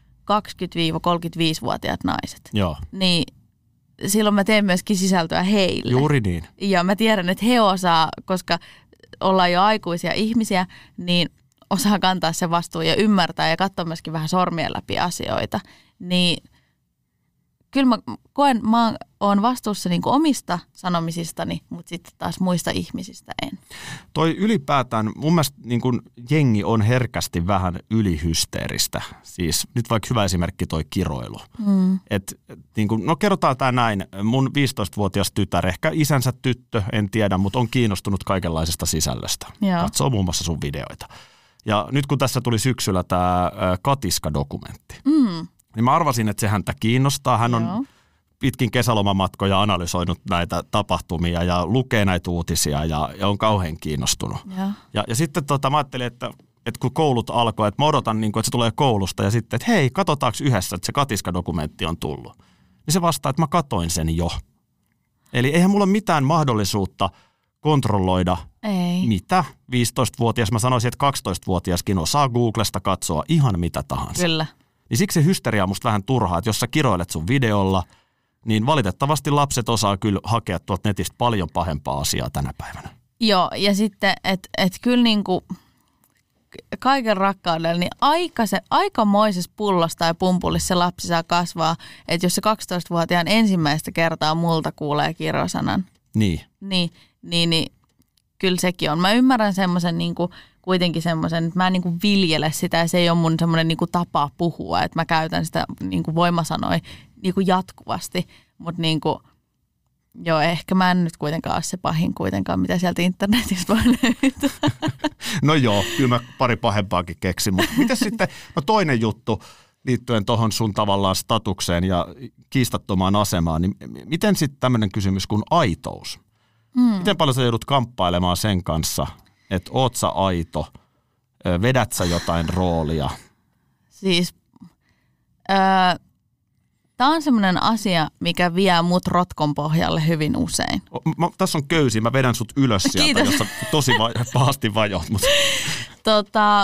kaksikymmentä–kolmekymmentäviisivuotiaat naiset. Joo. Niin silloin mä teen myöskin sisältöä heille. Juuri niin. Ja mä tiedän, että he osaa, koska ollaan jo aikuisia ihmisiä, niin osaa kantaa se vastuu ja ymmärtää ja katsoa myöskin vähän sormien läpi asioita. Niin kyllä mä koen, mä oon vastuussa niinku omista sanomisistani, mutta sitten taas muista ihmisistä en. Toi ylipäätään, mun mielestä niin kun jengi on herkästi vähän ylihysteeristä. Siis nyt vaikka hyvä esimerkki toi kiroilu. Mm. Et, niin kun, no kerrotaan tää näin, mun viisitoistavuotias tytär, ehkä isänsä tyttö, en tiedä, mutta on kiinnostunut kaikenlaisesta sisällöstä. Joo. Katsoo muun muassa sun videoita. Ja nyt kun tässä tuli syksyllä tää Katiska-dokumentti, mm. niin mä arvasin, että se häntä kiinnostaa. Hän on Joo. pitkin kesälomamatkoja analysoinut näitä tapahtumia ja lukee näitä uutisia ja, ja on kauhean kiinnostunut. Ja, ja, ja sitten tota, mä ajattelin, että, että kun koulut alkoi, että mä odotan, niin kuin, että se tulee koulusta ja sitten, että hei, katsotaanko yhdessä, että se Katiska-dokumentti on tullut. Niin se vastaa, että mä katoin sen jo. Eli eihän mulla ole mitään mahdollisuutta kontrolloida Ei. mitä. viisitoistavuotias, mä sanoisin, että kaksitoistavuotiaskin osaa Googlesta katsoa ihan mitä tahansa. Kyllä. Niin siksi se hysteria on musta vähän turhaa, että jos sä kiroilet sun videolla, niin valitettavasti lapset osaa kyllä hakea tuolta netistä paljon pahempaa asiaa tänä päivänä. Joo, ja sitten, että et kyllä niinku kaiken rakkaudella, niin aika se, aikamoisessa pullossa tai pumpulissa se lapsi saa kasvaa, että jos se kaksitoistavuotiaan ensimmäistä kertaa multa kuulee kirosanan. Niin. Niin, niin, niin kyllä sekin on. Mä ymmärrän semmoisen niinku kuitenkin semmoisen, että mä en niinku viljele sitä ja se ei ole mun semmoinen niinku tapa puhua, että mä käytän sitä niinku voimasanoja niinku jatkuvasti, mutta niinku, joo, ehkä mä en nyt kuitenkaan ole se pahin kuitenkaan, mitä sieltä internetistä voi löytää. No joo, kyllä mä pari pahempaakin keksin, mutta miten sitten, no toinen juttu liittyen tuohon sun tavallaan statukseen ja kiistattomaan asemaan, niin miten sitten tämmöinen kysymys kuin aitous? Hmm. Miten paljon sä joudut kamppailemaan sen kanssa, että oot sä aito, vedät sä jotain roolia? Siis, öö, tää on semmoinen asia, mikä vie mut rotkon pohjalle hyvin usein. Mä, tässä on köysi, mä vedän sut ylös sieltä, Kiitos. Jossa tosi va- pahasti vajoat. Mutta. Tota,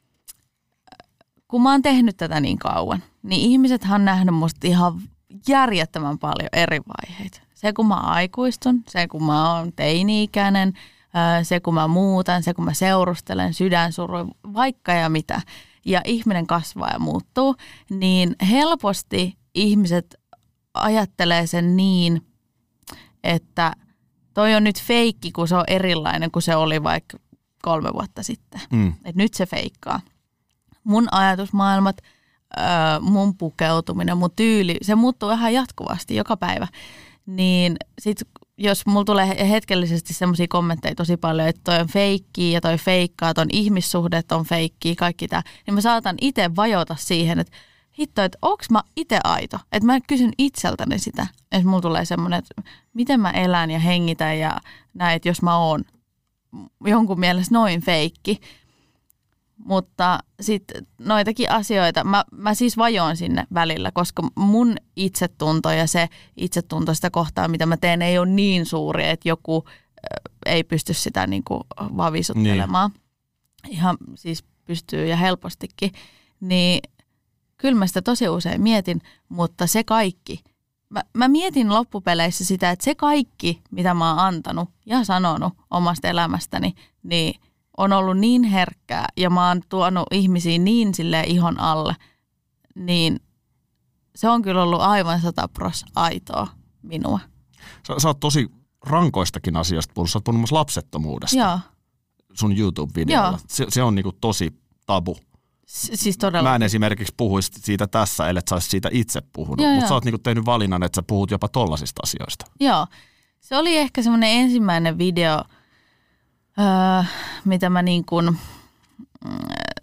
kun mä oon tehnyt tätä niin kauan, niin ihmisethän on nähnyt musta ihan järjettömän paljon eri vaiheita. Se kun mä aikuistun, se kun mä oon teini-ikäinen, se kun mä muutan, se kun mä seurustelen, sydänsuru, vaikka ja mitä. Ja ihminen kasvaa ja muuttuu, niin helposti ihmiset ajattelee sen niin, että toi on nyt feikki, kun se on erilainen kuin se oli vaikka kolme vuotta sitten. Mm. Että nyt se feikkaa. Mun ajatusmaailmat, mun pukeutuminen, mun tyyli, se muuttuu ihan jatkuvasti joka päivä. Niin sit jos mulla tulee hetkellisesti semmoisia kommentteja tosi paljon, että toi on feikkiä ja toi feikkaa, ton ihmissuhdet on feikkiä, kaikki tää, niin mä saatan itse vajota siihen, että hitto, että onks mä itse aito? Että mä kysyn itseltäni sitä, että mulla tulee semmoinen, että miten mä elän ja hengitän ja näin, että jos mä oon jonkun mielestä noin feikki. Mutta sitten noitakin asioita, mä, mä siis vajoan sinne välillä, koska mun itsetunto ja se itsetunto sitä kohtaa, mitä mä teen, ei ole niin suuri, että joku ei pysty sitä niin kuin vavisuttelemaan. Niin. Ihan siis pystyy ja helpostikin. Niin kyllä mä sitä tosi usein mietin, mutta se kaikki. Mä, mä mietin loppupeleissä sitä, että se kaikki, mitä mä oon antanut ja sanonut omasta elämästäni, niin on ollut niin herkkää ja mä oon tuonut ihmisiä niin silleen ihon alle, niin se on kyllä ollut aivan sata pros aitoa minua. Sä, sä oot tosi rankoistakin asioista puhunut. Sä oot puhunut lapsettomuudesta. Joo. Sun YouTube-videolla. Se, se on niinku tosi tabu. S- siis todella. Mä en esimerkiksi puhuisi siitä tässä, ellei sä olisi siitä itse puhunut. Mutta sä oot niinku tehnyt valinnan, että sä puhut jopa tollasista asioista. Joo. Se oli ehkä semmoinen ensimmäinen video, Öö, mitä mä niin kuin,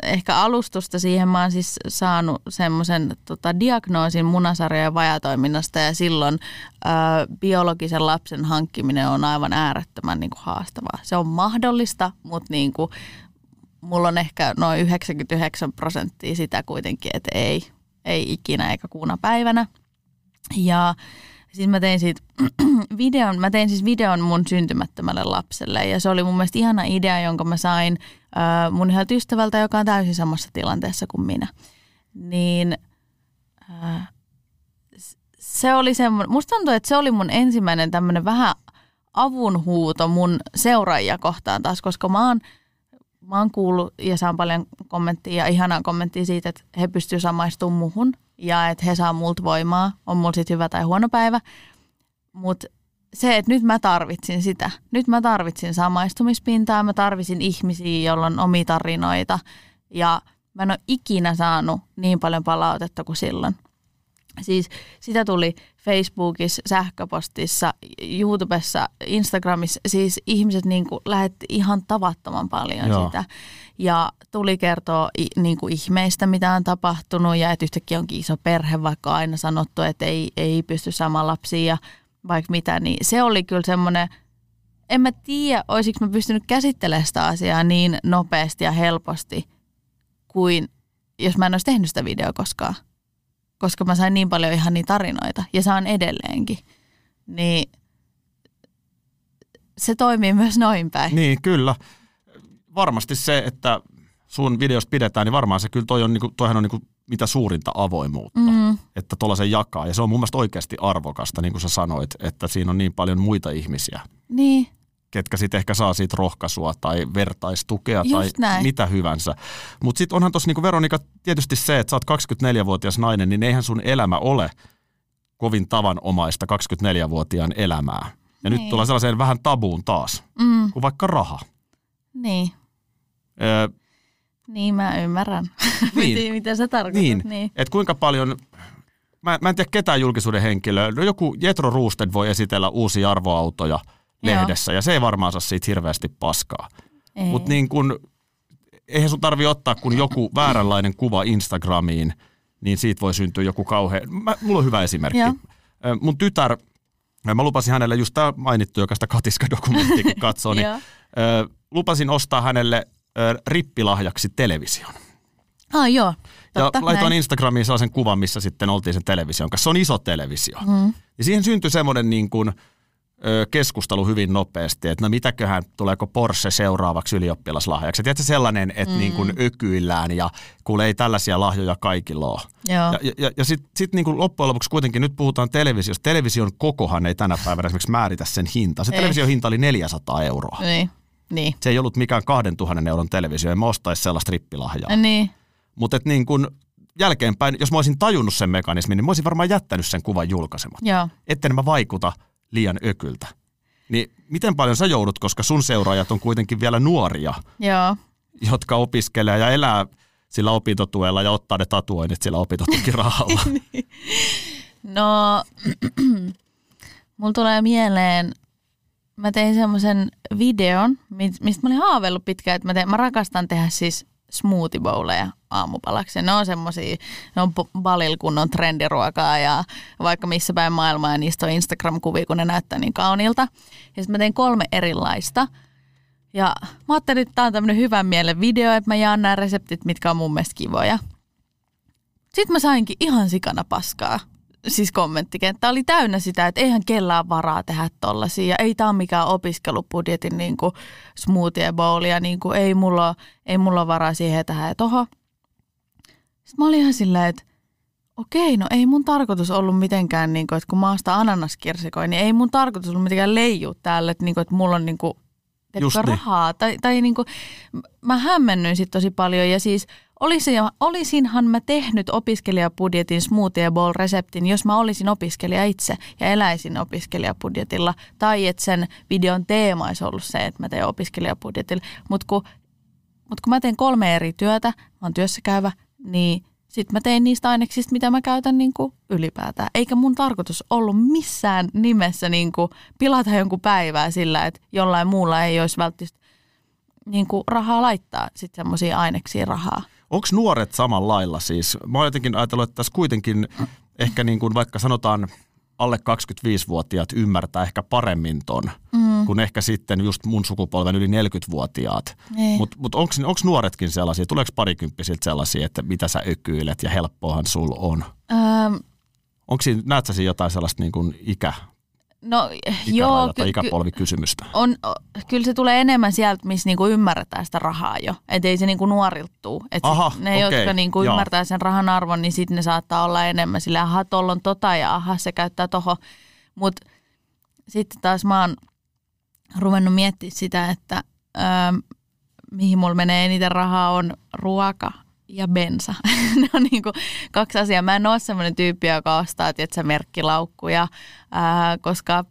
ehkä alustusta siihen. Mä oon siis saanut semmoisen tota, diagnoosin munasarjojen vajatoiminnasta ja silloin ö, biologisen lapsen hankkiminen on aivan äärettömän niin kuin haastavaa. Se on mahdollista, mutta niin kuin, mulla on ehkä noin yhdeksänkymmentäyhdeksän prosenttia sitä kuitenkin, että ei, ei ikinä eikä kuuna päivänä. Ja siis mä tein siitä videon, mä tein siis videon mun syntymättömälle lapselle ja se oli mun mielestä ihana idea, jonka mä sain äh, mun yhdeltä ystävältä, joka on täysin samassa tilanteessa kuin minä. Niin äh, se oli semmoinen, musta tuntuu, että se oli mun ensimmäinen tämmöinen vähän avunhuuto mun seuraajia kohtaan taas, koska mä oon, mä oon kuullut ja saan paljon kommenttia ja ihanaa kommenttia siitä, että he pystyvät samaistumaan muhun. Ja että he saa multa voimaa, on mulla sitten hyvä tai huono päivä. Mutta se, että nyt mä tarvitsin sitä. Nyt mä tarvitsin samaistumispintaa, mä tarvitsin ihmisiä, joilla on omia tarinoita. Ja mä en ole ikinä saanut niin paljon palautetta kuin silloin. Siis sitä tuli Facebookissa, sähköpostissa, YouTubessa, Instagramissa. Siis ihmiset niinku lähetti ihan tavattoman paljon Joo. sitä. Ja tuli kertoa niinku ihmeistä, mitä on tapahtunut ja että yhtäkkiä onkin iso perhe, vaikka on aina sanottu, että ei, ei pysty saamaan lapsia ja vaikka mitä. Niin se oli kyllä semmoinen, en mä tiedä, olisiko mä pystynyt käsittelemään sitä asiaa niin nopeasti ja helposti kuin jos mä en olisi tehnyt sitä videoa koskaan. Koska mä sain niin paljon ihan niitä tarinoita ja saan edelleenkin, niin se toimii myös noin päin. Niin, kyllä. Varmasti se, että sun videosta pidetään, niin varmaan se kyllä toi on, niinku, toihan on niinku mitä suurinta avoimuutta, mm. että tuollaisen jakaa. Ja se on mun mielestä oikeasti arvokasta, niin kuin sä sanoit, että siinä on niin paljon muita ihmisiä. Niin. Ketkä sitten ehkä saa siitä rohkaisua tai vertaistukea Just tai näin. mitä hyvänsä. Mutta sitten onhan tuossa niinku Veronika tietysti se, että sä oot kaksikymmentäneljävuotias nainen, niin eihän sun elämä ole kovin tavanomaista kaksikymmentäneljävuotiaan elämää. Ja niin. Nyt tullaan sellaiseen vähän tabuun taas, mm. kuin vaikka raha. Niin. Öö, niin mä ymmärrän, niin. mitä sä tarkoitat. Niin, niin. että kuinka paljon, mä, mä en tiedä ketään julkisuuden henkilöä, no joku Jethro Roosted voi esitellä uusia arvoautoja lehdessä, Joo. ja se ei varmaan saa siitä hirveästi paskaa. Mutta niin kun, eihän sun tarvitse ottaa kun joku vääränlainen kuva Instagramiin, niin siitä voi syntyä joku kauhea. Mä, mulla on hyvä esimerkki. Joo. Mun tytär, mä lupasin hänelle just tämä mainittu, joka sitä Katiska-dokumenttiakin katsoo, niin lupasin ostaa hänelle rippilahjaksi television. Ah joo, totta. Ja laitoin näin. Instagramiin sellaisen kuvan, missä sitten oltiin sen television kanssa. Se on iso televisio. Mm. Ja siihen syntyi semmoinen niin kuin keskustelu hyvin nopeasti, että no mitäköhän, tuleeko Porsche seuraavaksi ylioppilaslahjaksi. Tiedätkö sellainen, että mm. niin kuin ökyillään ja kuule ei tällaisia lahjoja kaikilla ole. Joo. Ja, ja, ja sitten sit niin kuin loppujen lopuksi kuitenkin nyt puhutaan televisiosta. Television kokohan ei tänä päivänä esimerkiksi määritä sen hintaa. Se ei. Television hinta oli neljäsataa euroa. Niin. Niin. Se ei ollut mikään kahdentuhannen euron televisio, en mä ostaisi sellaista rippilahjaa. Niin. Mutta niin kun jälkeenpäin, jos mä olisin tajunnut sen mekanismin, niin mä olisin varmaan jättänyt sen kuvan julkaisematta. Joo. Etten mä vaikuta liian ökyltä. Niin miten paljon sä joudut, koska sun seuraajat on kuitenkin vielä nuoria, Joo. jotka opiskelee ja elää sillä opintotuella ja ottaa ne tatuoinnit sillä opintotukirahalla? No, mulla tulee mieleen, mä tein semmoisen videon, mistä mä olin haaveillut pitkään, että mä, tein, mä rakastan tehdä siis smoothie bowleja aamupalaksi. Ne on semmosia, ne on Balilla kunnon trendiruokaa ja vaikka missä päin maailmaa ja niistä on Instagram-kuvia, kun ne näyttää niin kauniilta. Ja sitten mä tein kolme erilaista. Ja mä ajattelin, että tää on tämmönen hyvän mielen video, että mä jaan nämä reseptit, mitkä on mun mielestä kivoja. Sitten mä sainkin ihan sikana paskaa. Siis kommenttikenttä oli täynnä sitä, että eihän kellään varaa tehdä tollasia. Ja ei tää ole mikään opiskelubudjetin niin kuin smoothie bowl ja niin kuin ei, mulla, ei mulla ole varaa siihen tähän ja tohon. Sitten mä olin ihan silleen, että okei, no ei mun tarkoitus ollut mitenkään, niin kuin, että kun mä oon sitä ananaskirsikoin, niin ei mun tarkoitus ollut mitenkään leijua täällä, että, niin kuin, että mulla on niin kuin, teetkö, rahaa. Niin. Tai, tai niin kuin, mä hämmennyin sit tosi paljon ja siis Olisin, olisinhan mä tehnyt opiskelijabudjetin smoothie bowl reseptin, jos mä olisin opiskelija itse ja eläisin opiskelijabudjetilla. Tai että sen videon teema olisi ollut se, että mä teen opiskelijabudjetilla. Mutta kun, mut kun mä teen kolme eri työtä, mä oon työssä käyvä, niin sit mä tein niistä aineksista, mitä mä käytän niin kuin ylipäätään. Eikä mun tarkoitus ollut missään nimessä niin kuin pilata jonkun päivää sillä, että jollain muulla ei olisi välttämättä niin kuin rahaa laittaa sitten semmoisia aineksia rahaa. Onko nuoret samalla lailla siis? Mä oon jotenkin ajatellut, että tässä kuitenkin ehkä niin kuin vaikka sanotaan alle kaksikymmentäviisivuotiaat ymmärtää ehkä paremmin ton, mm. kuin ehkä sitten just mun sukupolven yli neljäkymmentävuotiaat. Mutta mut onko nuoretkin sellaisia? Tuleeko parikymppisiltä sellaisia, että mitä sä ökyilet ja helppoahan sul on? Ähm. Onko siinä, näet sä siinä jotain sellaista niin kuin ikä? No joo, ky- ikäpolvikysymystä. On, kyllä se tulee enemmän sieltä, missä niinku ymmärretään sitä rahaa jo. Että ei se niinku nuorilta tuu. Et aha, ne, okay, jotka niinku ymmärtää sen rahan arvon, niin sitten ne saattaa olla enemmän sillä, aha, tuolla on tota ja aha, se käyttää toho. Mutta sitten taas mä oon ruvennut miettimään sitä, että ähm, mihin mulla menee eniten rahaa on ruoka ja bensa. Ne on niinku kaksi asiaa. Mä en ole semmoinen tyyppi, joka ostaa tietsä, merkkilaukkuja, ää, koska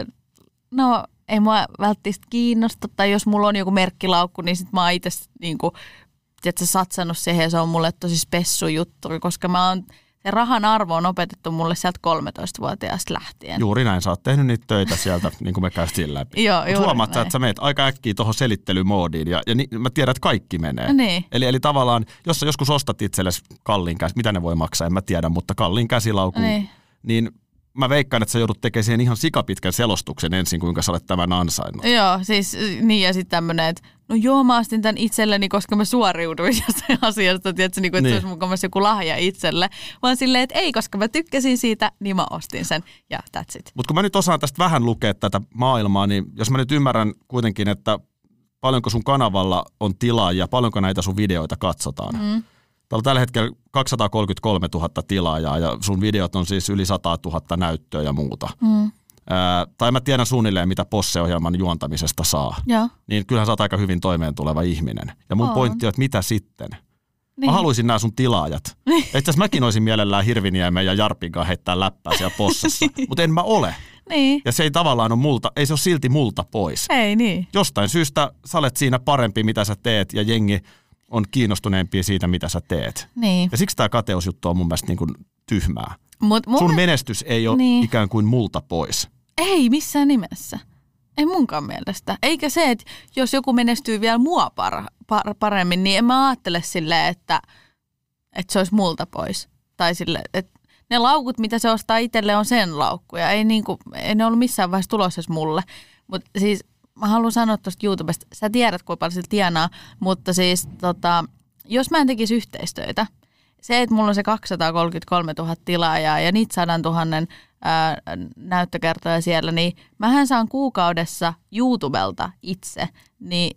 no ei mua välttämättä kiinnosta. Tai jos mulla on joku merkkilaukku, niin sit mä oon itse niinku, tietsä, satsannut siihen ja se on mulle tosi spessu juttu, koska mä oon, se rahan arvo on opetettu mulle sieltä kolmetoistavuotiaasta lähtien. Juuri näin, sä oot tehnyt niitä töitä sieltä, niin kuin me käytiin läpi. Joo, juuri huomaat sä, näin. että sä meet aika äkkiä tuohon selittelymoodiin ja, ja ni, mä tiedän, että kaikki menee. Niin. Eli, eli tavallaan, jos sä joskus ostat itsellesi kalliin käsi, mitä ne voi maksaa, en mä tiedä, mutta kalliin käsilaukun, niin, niin mä veikkaan, että sä joudut tekemään siihen ihan sikapitkän selostuksen ensin, kuinka sä olet tämän ansainnut. Joo, siis niin ja sitten tämmöinen, että no joo, mä astin tämän itselleni, koska mä suoriuduin jostain asiasta, tiedätkö, niin kuin, että niin. Se olisi mukavasti joku lahja itselle, vaan silleen, että ei, koska mä tykkäsin siitä, niin mä ostin sen ja that's it. Mutta kun mä nyt osaan tästä vähän lukea tätä maailmaa, niin jos mä nyt ymmärrän kuitenkin, että paljonko sun kanavalla on tilaa ja paljonko näitä sun videoita katsotaan. Mm. Täällä on tällä hetkellä kaksisataakolmekymmentäkolmetuhatta tilaajaa ja sun videot on siis yli sata tuhatta näyttöä ja muuta. Mm. Ää, tai mä tiedän suunnilleen, mitä Posse-ohjelman juontamisesta saa. Ja. Niin kyllähän sä oot aika hyvin toimeen tuleva ihminen. Ja mun on. pointti on, että mitä sitten? Niin. Mä haluaisin nämä sun tilaajat. Itse asiassa mäkin olisin mielellään Hirviniemen ja Jarpin kanssa heittää läppää siellä Possessa, mutta en mä ole. Niin. Ja se ei tavallaan ole multa, ei se ole silti multa pois. Ei niin. Jostain syystä sä olet siinä parempi, mitä sä teet, ja jengi on kiinnostuneempia siitä, mitä sä teet. Niin. Ja siksi tää kateusjuttu on mun mielestä niin kuin tyhmää. Mut mun... Sun menestys ei ole niin. ikään kuin multa pois. Ei missään nimessä. Ei munkaan mielestä. Eikä se, että jos joku menestyy vielä mua par- par- paremmin, niin en mä ajattele silleen, että, että se olisi multa pois. Tai silleen, että ne laukut, mitä se ostaa itselle, on sen laukkuja. Ei, niinku, ei ne ollut missään vaiheessa tulossa mulle. Mutta siis mä haluan sanoa tuosta YouTubesta, sä tiedät, kuinka paljon sillä tienaa, mutta siis tota, jos mä en tekisi yhteistyötä, se, että mulla on se kaksisataakolmekymmentäkolmetuhatta tilaajaa ja niitä sadantuhannen ää, näyttökertoja siellä, niin mähän saan kuukaudessa YouTubelta itse, niin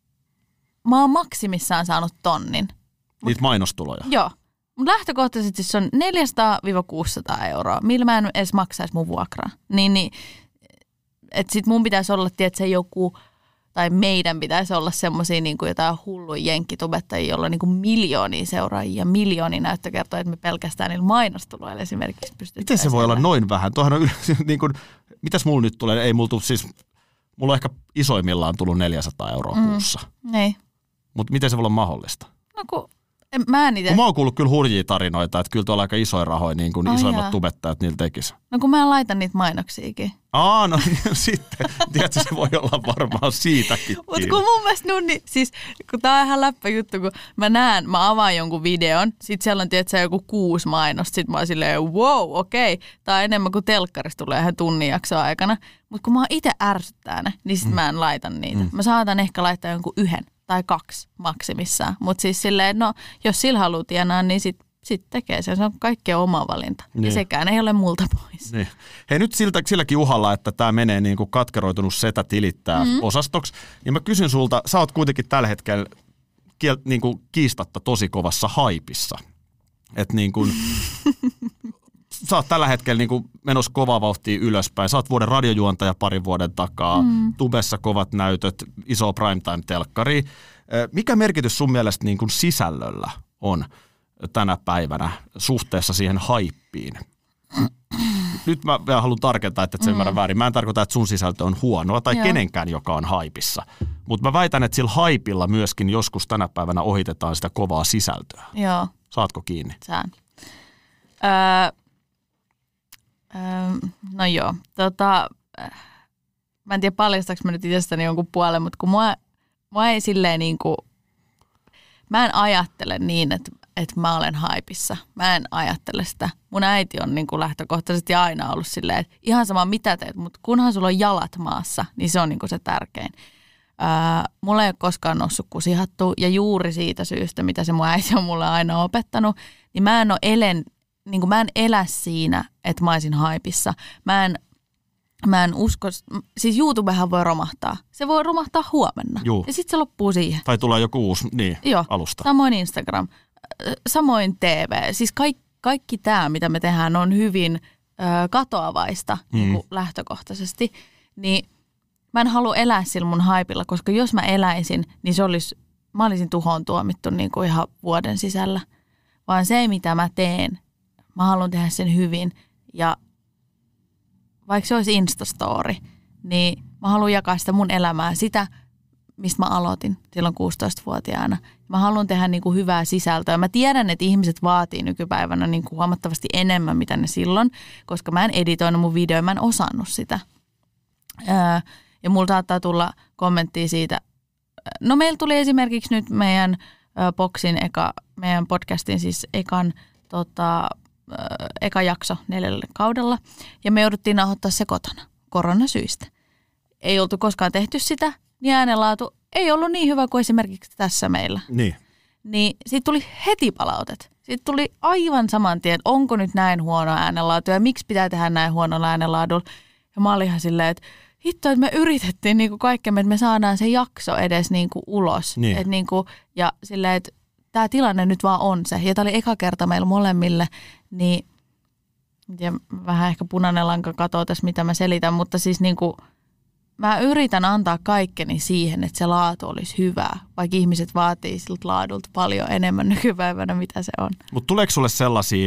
mä oon maksimissaan saanut tonnin. Niitä mainostuloja? Joo. Mun lähtökohtaisesti se on neljäsataa kuusisataa euroa, millä mä en edes maksaisi mun vuokraa. Niin, niin että sit mun pitäisi olla, tiedätkö, joku, tai meidän pitäisi olla semmoisia niin kuin jotain hulluja jenkkitubettajia, joilla on niin kuin miljoonia seuraajia ja miljoonia näyttökertoja, että me pelkästään niillä mainostuloilla esimerkiksi pystytään. Miten se voi olla noin vähän? Tuohan on niin kuin, mitäs mulla nyt tulee? Ei mulla tule, siis, mulla on ehkä isoimmillaan tullut neljäsataa euroa mm, kuussa. Niin. Mutta miten se voi olla mahdollista? No kun en, mä en ite... Kun mä oon kuullut kyllä hurjia tarinoita, että kyllä tuolla aika isoja rahoja, niin kuin oh, isoimmat jaa. tubettajat niillä tekisi. No kun mä en laita niitä mainoksiakin. Aa, no sitten. Tiedätkö, se voi olla varmaan siitäkin. Mutta kun mun mielestä Nunni, siis kun tää on ihan läppä juttu, kun mä näen, mä avaan jonkun videon, sit siellä on tiedätkö, joku kuusi mainosta, sit mä oon silleen, wow, okei, okay. Tää on enemmän kuin telkkarista tulee ihan tunnin jakson aikana. Mutta kun mä oon ite ärsyttää ne, niin sit mm. mä en laita niitä. Mm. Mä saatan ehkä laittaa jonkun yhden tai kaksi maksimissaan. Mutta siis silleen, no jos sillä haluaa tienaa, niin sit Sitten tekee se. Se on kaikkea oma valinta. Niin. Ja sekään ei ole multa pois. Niin. Hei nyt siltä, silläkin uhalla, että tämä menee niin kuin katkeroitunut setä tilittää mm-hmm. osastoksi. Ja mä kysyn sulta, sä oot kuitenkin tällä hetkellä kiel, niin kuin kiistatta tosi kovassa haipissa. Että niin kuin, sä oot tällä hetkellä niin kuin menossa kovaa vauhtia ylöspäin. Sä oot vuoden radiojuontaja parin vuoden takaa. Mm. Tubessa kovat näytöt, iso primetime-telkkari. Mikä merkitys sun mielestä niin kuin sisällöllä on tänä päivänä suhteessa siihen haippiin? Nyt mä vielä haluan tarkentaa, että et sä ymmärrä väärin. Mä en tarkoita, että sun sisältö on huonoa tai Joo. kenenkään, joka on haipissa. Mutta mä väitän, että sillä haipilla myöskin joskus tänä päivänä ohitetaan sitä kovaa sisältöä. Joo. Saatko kiinni? Sään. Öö, öö, no joo. Tota, mä en tiedä paljastaanko mä nyt itsestäni jonkun puolen, mutta kun mua, mua ei silleen niin kuin mä en ajattele niin, että, että mä olen haipissa. Mä en ajattele sitä. Mun äiti on niin kuin lähtökohtaisesti aina ollut silleen, että ihan sama mitä teet, mutta kunhan sulla on jalat maassa, niin se on niin kuin se tärkein. Ää, mulla ei ole koskaan noussut kusihattua ja juuri siitä syystä, mitä se mun äiti on mulle aina opettanut, niin mä en ole elen, niin kuin mä en elä siinä, että mä olisin haipissa. Mä en, mä en usko, siis YouTubehan voi romahtaa. Se voi romahtaa huomenna Juu. ja sitten se loppuu siihen. Tai tulee joku uusi niin, Joo, alusta. Samoin Instagram, samoin T V. Siis kaikki, kaikki tämä, mitä me tehdään, on hyvin ö, katoavaista mm. niin kuin lähtökohtaisesti. Niin mä en halua elää sillä mun haipilla, koska jos mä eläisin, niin se olisi, mä olisin tuhoon tuomittu niin kuin ihan vuoden sisällä. Vaan se, mitä mä teen, mä haluan tehdä sen hyvin. Ja vaikka se olisi Instastory, niin mä haluan jakaa sitä mun elämää, sitä, mistä mä aloitin silloin kuusitoistavuotiaana. Mä haluan tehdä niin kuin hyvää sisältöä. Mä tiedän, että ihmiset vaatii nykypäivänä niin kuin huomattavasti enemmän, mitä ne silloin, koska mä en editoinut mun videoja, mä en osannut sitä. Öö, Ja mulla saattaa tulla kommenttia siitä. No meillä tuli esimerkiksi nyt meidän ö, Boxin eka, meidän podcastin siis ekan, tota, ö, eka jakso neljällä kaudella. Ja me jouduttiin nauhoittaa se kotona koronasyistä. Ei oltu koskaan tehty sitä, niin äänenlaatu ei ollut niin hyvä kuin esimerkiksi tässä meillä. Niin. Niin siitä tuli heti palautet. Siitä tuli aivan saman tien, että onko nyt näin huono äänenlaatu ja miksi pitää tehdä näin huonolla äänenlaadulla. Ja mä olin ihan silleen, että hitto, että me yritettiin niinku kaikkemme, että me saadaan se jakso edes niinku ulos. Niin. Et niinku, ja silleen, että tämä tilanne nyt vaan on se. Ja tämä oli eka kerta meillä molemmille, niin ja vähän ehkä punainen lanka katoo tässä, mitä mä selitän, mutta siis niinku, mä yritän antaa kaikkeni siihen, että se laatu olisi hyvää, vaikka ihmiset vaatii siltä laadulta paljon enemmän nykypäivänä, mitä se on. Mutta tuleeko sulle sellaisia,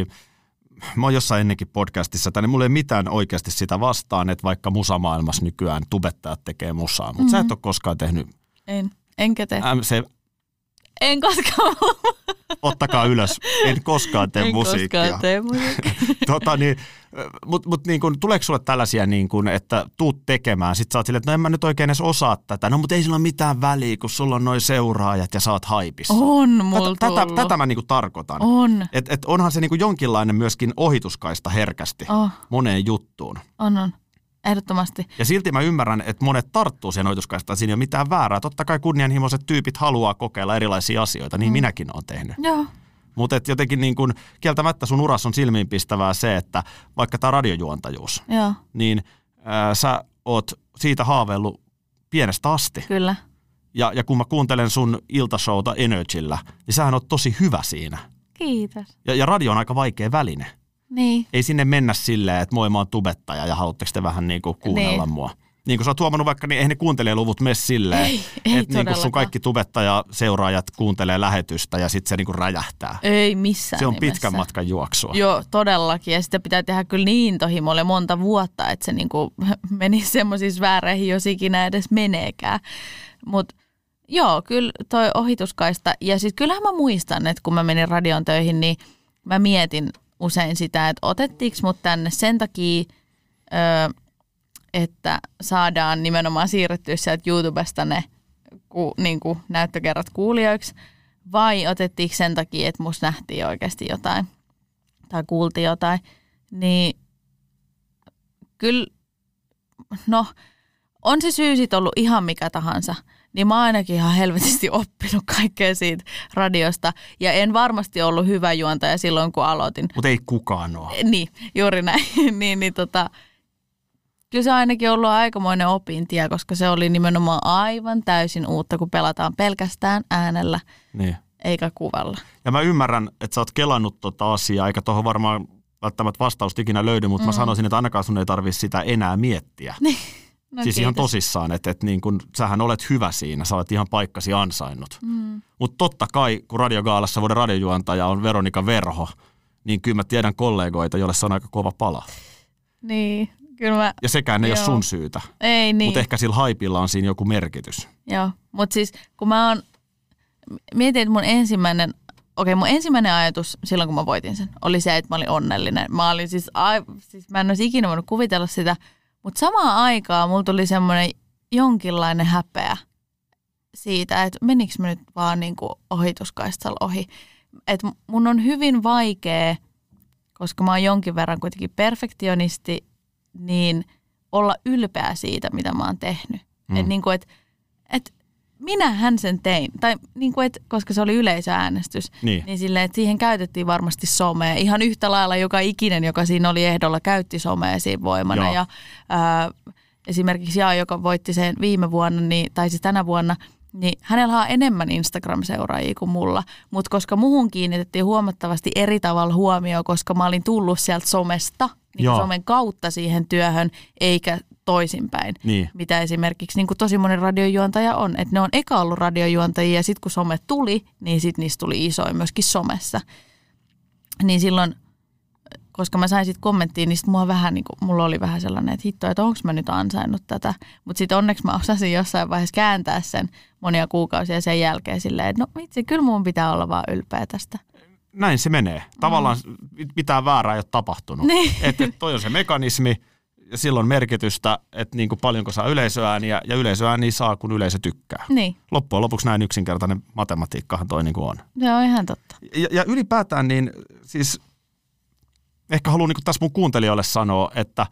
mä oon jossain ennenkin podcastissa, niin mulla ei mitään oikeasti sitä vastaan, että vaikka musamaailmassa nykyään tubettajat tekee musaa, mutta mm-hmm. sä et ole koskaan tehnyt. En, enkä tee. M C, en koskaan. Ottakaa ylös, en koskaan tee en musiikkia. En koskaan tee musiikkia. tota, niin, mutta mut, niin kun, tuleeko sulle tällaisia, niin kun, että tuut tekemään, sit sä oot silleen, että no en mä nyt oikein edes osaa tätä, no mutta ei sillä ole mitään väliä, kun sulla on noi seuraajat ja sä oot haipissa. On mulla tätä, tätä, tätä mä niin kun tarkoitan. On. Et, et onhan se niin kun jonkinlainen myöskin ohituskaista herkästi oh. moneen juttuun. On, on. Ehdottomasti. Ja silti mä ymmärrän, että monet tarttuu siihen ohituskaistaan, siinä ei ole mitään väärää. Totta kai kunnianhimoiset tyypit haluaa kokeilla erilaisia asioita, niin mm. minäkin olen tehnyt. Joo. Mutta jotenkin niin kun, kieltämättä sun uras on silmiinpistävää se, että vaikka tämä radiojuontajuus, Joo. niin ää, sä oot siitä haaveillut pienestä asti. Kyllä. Ja, ja kun mä kuuntelen sun iltashowta Energyllä, niin sähän oot tosi hyvä siinä. Kiitos. Ja, ja radio on aika vaikea väline. Niin. Ei sinne mennä silleen, että moi mä oon tubettaja ja haluatteko te vähän niin kuin kuunnella niin. mua. Niin kuin sä oot huomannut vaikka, niin eihän ne kuuntelijaluvut mene silleen, ei, ei että niin kuin sun kaikki tubettaja-seuraajat kuuntelee lähetystä ja sitten se niin kuin räjähtää. Ei missään Se on nimessä. pitkän matkan juoksua. Joo, todellakin. Ja sitä pitää tehdä kyllä niin tohimolle monta vuotta, että se niin kuin menisi semmoisissa vääreihin, jos ikinä edes meneekään. Mutta joo, kyllä toi ohituskaista. Ja sitten kyllähän mä muistan, että kun mä menin radion töihin, niin mä mietin usein sitä, että otettiinko mut tänne sen takia, öö, että saadaan nimenomaan siirrettyä sieltä YouTubesta ne ku, niin kuin näyttökerrat kuulijoiksi, vai otettiinko sen takia, että musta nähtiin oikeasti jotain tai kuultiin jotain, niin kyllä, no on se syy sit ollut ihan mikä tahansa, niin mä oon ainakin ihan helvetisti oppinut kaikkea siitä radiosta. Ja en varmasti ollut hyvä juontaja silloin, kun aloitin. Mutta ei kukaan ole. Niin, juuri näin. niin, niin tota, kyllä se on ainakin ollut aikamoinen opintie, koska se oli nimenomaan aivan täysin uutta, kun pelataan pelkästään äänellä, niin. eikä kuvalla. Ja mä ymmärrän, että sä oot kelannut tota asiaa, eikä tuohon varmaan välttämättä vastausta ikinä löydy, mutta mm. mä sanoisin, että ainakaan sun ei tarvitse sitä enää miettiä. No, siis kiitos. Ihan tosissaan, että, että niin kun, sähän olet hyvä siinä, sä olet ihan paikkasi ansainnut. Mm. Mutta totta kai, kun Radiogaalassa vuoden radiojuontaja on Veronika Verho, niin kyllä mä tiedän kollegoita, joille se on aika kova pala. Niin, kyllä mä... Ja sekään ei joo. ole sun syytä. Ei niin. Mutta ehkä sillä haipilla on siinä joku merkitys. Joo, mutta siis kun mä oon... Mietin, että mun ensimmäinen... Okei, mun ensimmäinen ajatus silloin, kun mä voitin sen, oli se, että mä olin onnellinen. Mä olin siis... A... siis mä en olisi ikinä voinut kuvitella sitä... Mutta samaan aikaan mulla tuli semmoinen jonkinlainen häpeä siitä, että menikö mä nyt vaan niin kuin ohituskaistalla ohi. Että mun on hyvin vaikea, koska mä oon jonkin verran kuitenkin perfektionisti, niin olla ylpeä siitä, mitä mä oon tehnyt. Mm. Että niin kuin, et, et minähän sen tein. Tai niin kuin, et, koska se oli yleisöäänestys, niin, niin silleen, että siihen käytettiin varmasti somea. Ihan yhtä lailla joka ikinen, joka siinä oli ehdolla, käytti somea siinä voimana. Joo. Ja ää, esimerkiksi Jaa, joka voitti sen viime vuonna, niin, tai siis tänä vuonna, niin hänellä on enemmän Instagram-seuraajia kuin mulla. Mutta koska muhun kiinnitettiin huomattavasti eri tavalla huomioon, koska mä olin tullut sieltä somesta, niin somen kautta siihen työhön, eikä toisinpäin. Niin. Mitä esimerkiksi niin kuin tosi moni radiojuontaja on. Että ne on eka ollut radiojuontajia ja sitten kun some tuli, niin sitten niistä tuli isoja myöskin somessa. Niin silloin, koska mä sain sitten kommenttiin, niin sitten mulla, vähän, niin kuin, mulla oli vähän sellainen, että hitto, että onko mä nyt ansainnut tätä. Mutta sitten onneksi mä osasin jossain vaiheessa kääntää sen monia kuukausia sen jälkeen silleen, että no vitsi, kyllä mun pitää olla vaan ylpeä tästä. Näin se menee. Tavallaan mm. mitään väärää ei ole tapahtunut. Niin. Että toi on se mekanismi ja silloin merkitystä, että niin kuin paljonko saa yleisöääniä ja yleisöääniä saa, kun yleisö tykkää. Niin. Loppujen lopuksi näin yksinkertainen matematiikkahan toi niin kuin on. Se on ihan totta. Ja, ja ylipäätään niin siis ehkä haluan niin kuin tässä mun kuuntelijoille sanoa, että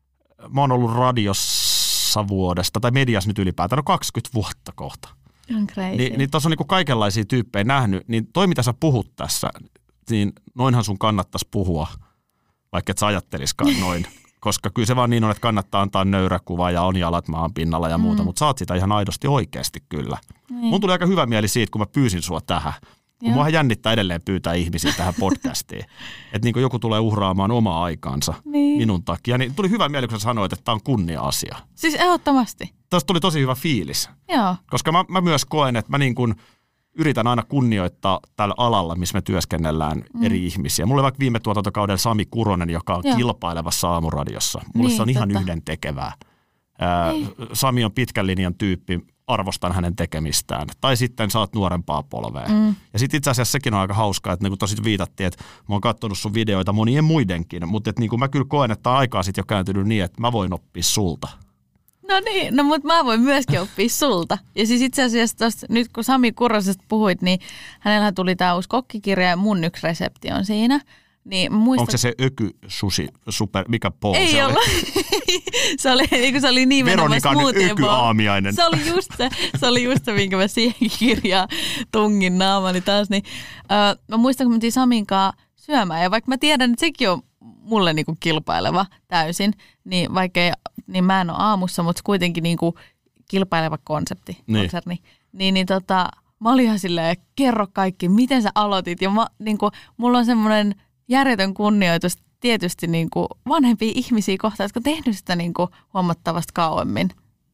mä oon ollut radiossa vuodesta tai mediassa nyt ylipäätään no kaksikymmentä vuotta kohta. On crazy. Ni, niin tuossa on niinku kaikenlaisia tyyppejä nähnyt, niin toi mitä sä puhut tässä, niin noinhan sun kannattaisi puhua, vaikka et sä ajatteliskaan noin. Koska kyllä se vaan niin on, että kannattaa antaa nöyrä kuva ja on jalat maan pinnalla ja muuta, mm. mutta sä oot sitä ihan aidosti oikeasti kyllä. Niin. Mun tuli aika hyvä mieli siitä, kun mä pyysin sua tähän. Kun muahan jännittää edelleen pyytää ihmisiä tähän podcastiin. Että niin joku tulee uhraamaan omaa aikaansa niin. minun takia. Niin tuli hyvä mieli, kun sä sanoit, että tämä on kunnia-asia. Siis ehdottomasti. Tästä tuli tosi hyvä fiilis. Joo. Koska mä, mä myös koen, että mä niin kuin yritän aina kunnioittaa tällä alalla, missä me työskennellään mm. eri ihmisiä. Mulla oli vaikka viime tuotantokaudella Sami Kuronen, joka on Joo. kilpailevassa Aamuradiossa. Mulle niin, se on ihan totta. Yhden tekevää. Ää, Sami on pitkän linjan tyyppi. Arvostan hänen tekemistään. Tai sitten saat nuorempaa polvea. Mm. Ja sitten itse asiassa sekin on aika hauskaa, että niin tosi viitattiin, että mä oon katsonut sun videoita monien muidenkin, mutta että niin mä kyllä koen, että aikaa sitten jo kääntynyt niin, että mä voin oppia sulta. No niin, no mutta mä voin myöskin oppia sulta. Ja siis itse asiassa tosta, nyt kun Sami Kurosesta puhuit, niin hänellä tuli tää uusi kokkikirja ja mun yksi resepti on siinä. Niin muistan... Onko se se öky sushi super, mikä poo ei se ollut. Oli? se oli, niin se oli nimenomaan smoothie öky aamiainen. Se oli just se, se, oli just se minkä mä siihenkin kirjaan tungin naamani taas. Niin, öö, mä muistan, kun me mentiin Saminkaan syömään ja vaikka mä tiedän, että sekin on mulle niinku kilpaileva täysin, niin vaikka ei, niin mä en ole aamussa, mutta kuitenkin niinku kilpaileva konsepti, niin. konserni. Niin, niin tota, mä olin ihan silleen, kerro kaikki, miten sä aloitit. Ja mä, niinku, mulla on semmoinen järjetön kunnioitus tietysti niin kuin vanhempia ihmisiä kohtaan, jotka on tehnyt sitä niin kuin huomattavasti kauemmin.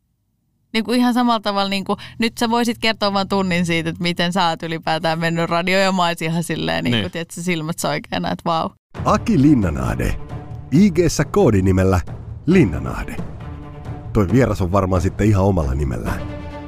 Niin kuin ihan samalla tavalla, niin kuin, nyt sä voisit kertoa vain tunnin siitä, että miten sä oot ylipäätään mennyt radioon ja mä olisin ihan silleen, niin kuin, tiedät, silmät soikeena, että vau. Aki Linnanahde. I G:ssä koodinimellä Linnanahde. Toi vieras on varmaan sitten ihan omalla nimellään.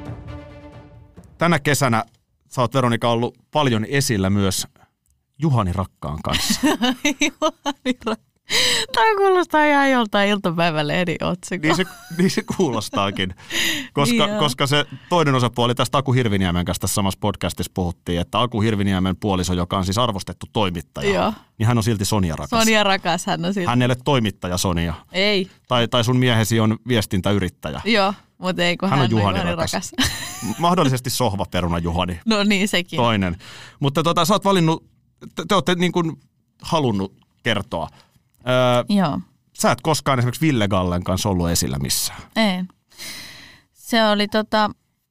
Tänä kesänä sä oot, Veronika, ollut paljon esillä myös Juhani Rakkaan kanssa. Juhani Rakkaan. Tämä kuulostaa ihan joltain iltapäivälehden otsikko. Niin se, niin se kuulostaakin, koska, niin koska se toinen osapuoli tästä Aku Hirviniemen kanssa tässä samassa podcastissa puhuttiin, että Aku Hirviniemen puoliso, joka on siis arvostettu toimittaja, Joo. niin hän on silti Sonia Rakas. Sonia Rakas hän on silti. Hän ei ole toimittaja Sonia. Ei. Tai, tai sun miehesi on viestintäyrittäjä. Joo, mutta ei kun hän, hän on Juhani, Juhani Rakas. Rakas. Mahdollisesti sohvaperuna Juhani. No niin, sekin. Toinen. Mutta tota, sä oot valinnut, te, te olette niin kuin halunnut kertoa. Öö, Joo. Sä et koskaan esimerkiksi Ville Gallen kanssa ollut esillä missään. Ei. Se oli tota,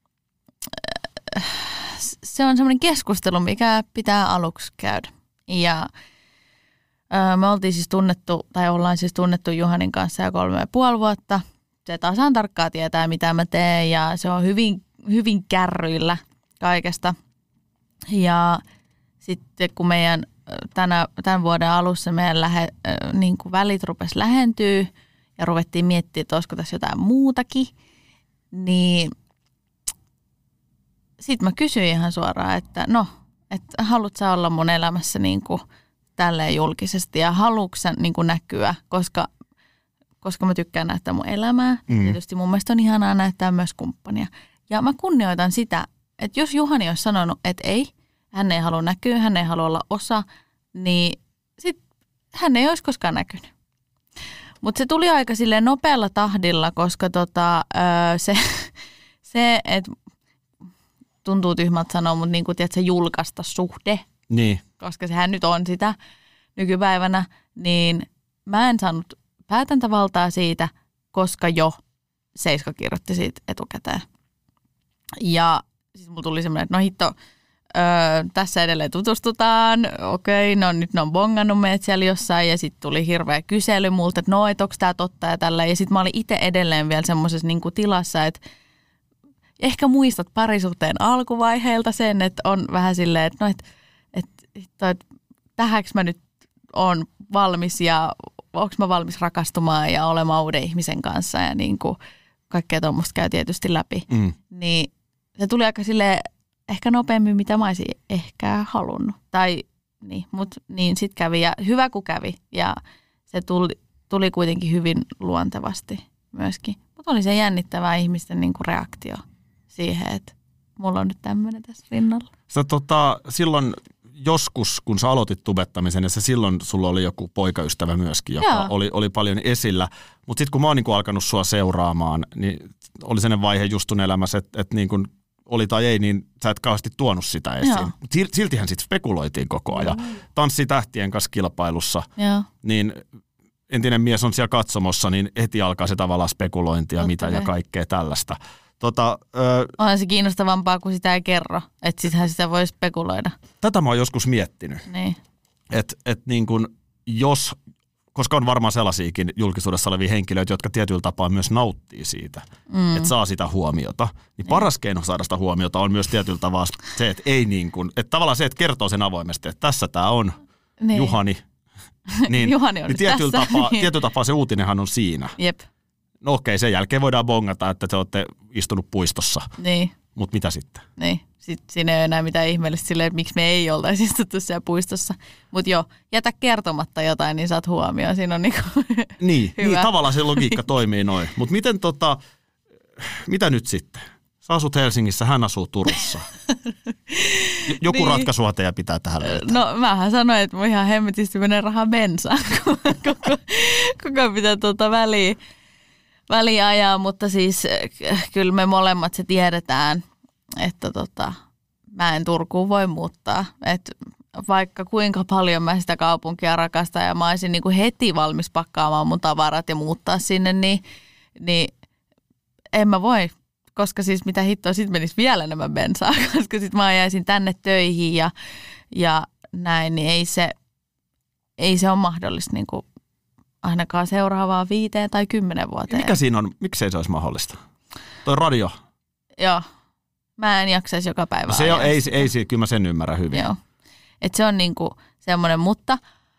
se on semmoinen keskustelu, mikä pitää aluksi käydä. Ja öö, me oltiin siis tunnettu, tai ollaan siis tunnettu Juhanin kanssa jo kolme ja puoli vuotta. Se tasan tarkkaa tietää, mitä mä teen, ja se on hyvin, hyvin kärryillä kaikesta. Ja sitten kun meidän Tänä, tämän vuoden alussa meidän lähe, äh, niin kuin välit rupesi lähentyä ja ruvettiin miettimään, että olisiko tässä jotain muutakin, niin sitten mä kysyin ihan suoraan, että no, että haluatko sä olla mun elämässä niin kuin tälleen julkisesti ja haluatko sä niin kuin näkyä, koska, koska mä tykkään näyttää mun elämää. Mm. Tietysti mun mielestä on ihanaa näyttää myös kumppania. Ja mä kunnioitan sitä, että jos Juhani olisi sanonut, että ei, hän ei halua näkyä, hän ei halua olla osa, niin sit hän ei olisi koskaan näkynyt. Mutta se tuli aika silleen nopealla tahdilla, koska tota, öö, se, se että tuntuu tyhmältä sanoa, mutta niin kuin tiedät, se julkaista suhde, niin. Koska sehän nyt on sitä nykypäivänä, niin mä en saanut päätäntävaltaa siitä, koska jo Seiska kirjoitti siitä etukäteen. Ja siis mulla tuli semmoinen, että no hitto, öö, tässä edelleen tutustutaan, okei, no nyt ne on bongannut meidät siellä jossain ja sitten tuli hirveä kysely multa, että no, et onko tämä totta ja tällä. Ja sitten mä olin itse edelleen vielä semmoisessa niinku tilassa, että ehkä muistat parisuhteen alkuvaiheilta sen, että on vähän silleen, että no, että et, et, et, tähänkö mä nyt on valmis ja onko mä valmis rakastumaan ja olemaan uuden ihmisen kanssa ja niin kuin kaikkea tuommoista käy tietysti läpi. Mm. Niin se tuli aika silleen ehkä nopeammin, mitä mä olisin ehkä halunnut. Tai niin, mutta niin sit kävi ja hyvä kun kävi ja se tuli, tuli kuitenkin hyvin luontevasti myöskin. Mutta oli se jännittävää ihmisten niin kuin reaktio siihen, että mulla on nyt tämmöinen tässä rinnalla. Sä tota, silloin joskus, kun sä aloitit tubettamisen, ja se silloin sulla oli joku poikaystävä myöskin, joka oli, oli paljon esillä. Mutta sitten kun mä oon niinku alkanut sua seuraamaan, niin oli sellainen vaihe just sun elämässä, että et niinku oli tai ei, niin sä et kauheasti tuonut sitä esiin. Mutta siltihän sitten spekuloitiin koko ajan. Mm. Tanssi tähtien kanssa kilpailussa, Joo. niin entinen mies on siellä katsomossa, niin heti alkaa se tavallaan spekulointia, Totta mitä vai. ja kaikkea tällaista. Tota, ö, Onhan se kiinnostavampaa, kun sitä ei kerro. Että sittenhän sitä voi spekuloida. Tätä mä oon joskus miettinyt. Niin. Että et niin kun jos, koska on varmaan sellaisiakin julkisuudessa olevia henkilöitä, jotka tietyllä tapaa myös nauttii siitä, mm. että saa sitä huomiota. Niin, niin paras keino saada sitä huomiota on myös tietyllä tavalla se, että ei niin kuin, että tavallaan se, että kertoo sen avoimesti, että tässä tää on niin. Juhani. Niin, Juhani on niin tietyllä, tässä. tapaa, tietyllä tapaa se uutinenhan on siinä. Jep. No okei, sen jälkeen voidaan bongata, että te olette istunut puistossa. Niin. Mutta mitä sitten? Niin. Sitten siinä ei ole enää mitään ihmeellistä silleen, että miksi me ei oltaisi istuttu siellä puistossa. Mutta joo, jätä kertomatta jotain, niin saat huomioon. Siinä on niinku niin, hyvä. Niin, tavallaan se logiikka toimii noin. Mutta miten tota, mitä nyt sitten? Sä asut Helsingissä, hän asuu Turussa. Joku niin. ratkaisua teidän pitää tähän löytää. No mähän sanoin, että mun ihan hemmetisti menee rahaa bensaan, kun koko, koko pitää tuota väliä. väliä ajaa, mutta siis kyllä me molemmat se tiedetään, että tota, mä en Turkuun voi muuttaa. Et vaikka kuinka paljon mä sitä kaupunkia rakastan ja mä olisin niin kuin heti valmis pakkaamaan mun tavarat ja muuttaa sinne, niin, niin en mä voi. Koska siis mitä hittoa, sit menisi vielä enemmän bensaa, koska sit mä jäisin tänne töihin ja, ja näin, niin ei se, ei se ole mahdollista niin kuin ainakaan seuraavaan viiteen tai kymmenen vuoteen. Mikä siinä on? Miksei se olisi mahdollista? Toi radio. Joo. Mä en jaksaisi joka päivä. No se on, ei, ei, ei, kyllä mä sen ymmärrän hyvin. Joo. Että se on niinku semmoinen, mutta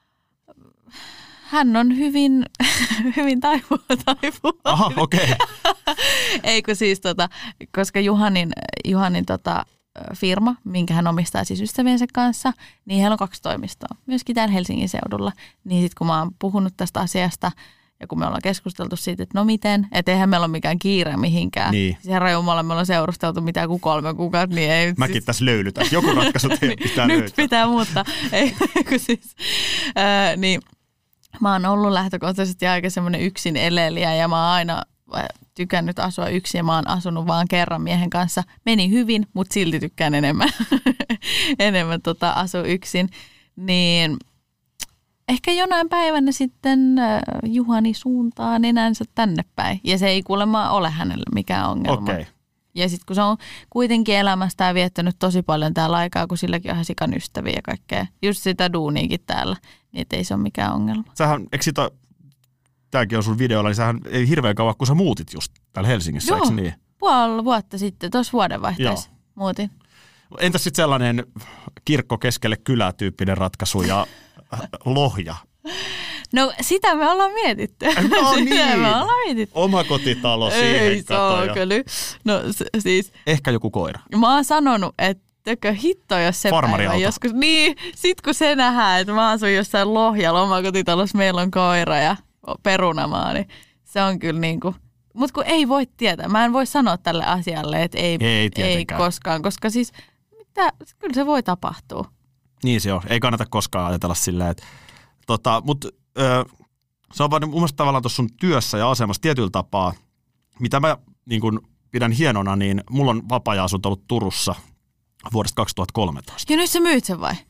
hän on hyvin, hyvin taipuva. taipuva. Aha, okei. Okay. Eikö siis tota, koska Juhanin, Juhanin tota, firma, minkä hän omistaa siis ystäviensä kanssa, niin heillä on kaksi toimistoa, myöskin täällä Helsingin seudulla. Niin sitten kun mä oon puhunut tästä asiasta ja kun me ollaan keskusteltu siitä, että no miten, että eihän meillä ole mikään kiire mihinkään. Niin. Siis herra Jumala, me ollaan seurusteltu mitään kuin kolme kuukautta, niin ei. Mäkin siis tässä löylytän. Joku ratkaisu teidän pitää nyt löytää. pitää muuttaa. Ei, siis, ää, niin mä oon ollut lähtökohtaisesti aika semmoinen yksin elelijä ja mä oon aina tykännyt asua yksin ja mä oon asunut vaan kerran miehen kanssa. Meni hyvin, mutta silti tykkään enemmän, enemmän tota, asua yksin. Niin ehkä jonain päivänä sitten äh, Juhani suuntaa nenänsä tänne päin. Ja se ei kuulemma ole hänelle mikään ongelma. Okay. Ja sitten kun se on kuitenkin elämästään viettänyt tosi paljon täällä aikaa, kun silläkin on ihan sikan ystäviä ja kaikkea. Just sitä duuniikin täällä, niin ei se ole mikään ongelma. Sähän, eikö sitä, tämäkin on sun videolla, niin sähän ei hirveän kauan, kun sä muutit just täällä Helsingissä, Joo, eikö niin? puoli vuotta sitten, tuossa vuodenvaihteessa muutin. Entäs sitten sellainen kirkko keskelle kylää tyyppinen ratkaisu ja lohja? No sitä me ollaan mietitty. No niin. Sitä me ollaan mietitty. Omakotitalo siihen. Ei saakeli. No siis. Ehkä joku koira. Mä oon sanonut, että tekö hitto, jos se päivä joskus. Niin, sit kun se nähdään, että mä asun jossain Lohjalla omakotitalossa, meillä on koira ja perunamaa, niin se on kyllä niin kuin Mutta kun ei voi tietää. Mä en voi sanoa tälle asialle, että ei, ei, ei koskaan, koska siis mitä, kyllä se voi tapahtua. Niin se on. Ei kannata koskaan ajatella silleen, että tota, mutta ö, se on vaan mun mielestä tavallaan tuossa sun työssä ja asemassa tietyllä tapaa, mitä mä niin kun pidän hienona, niin mulla on vapaa-ajanto ollut Turussa vuodesta kaksituhattakolmetoista. Ja nyt sä myyt sen vai?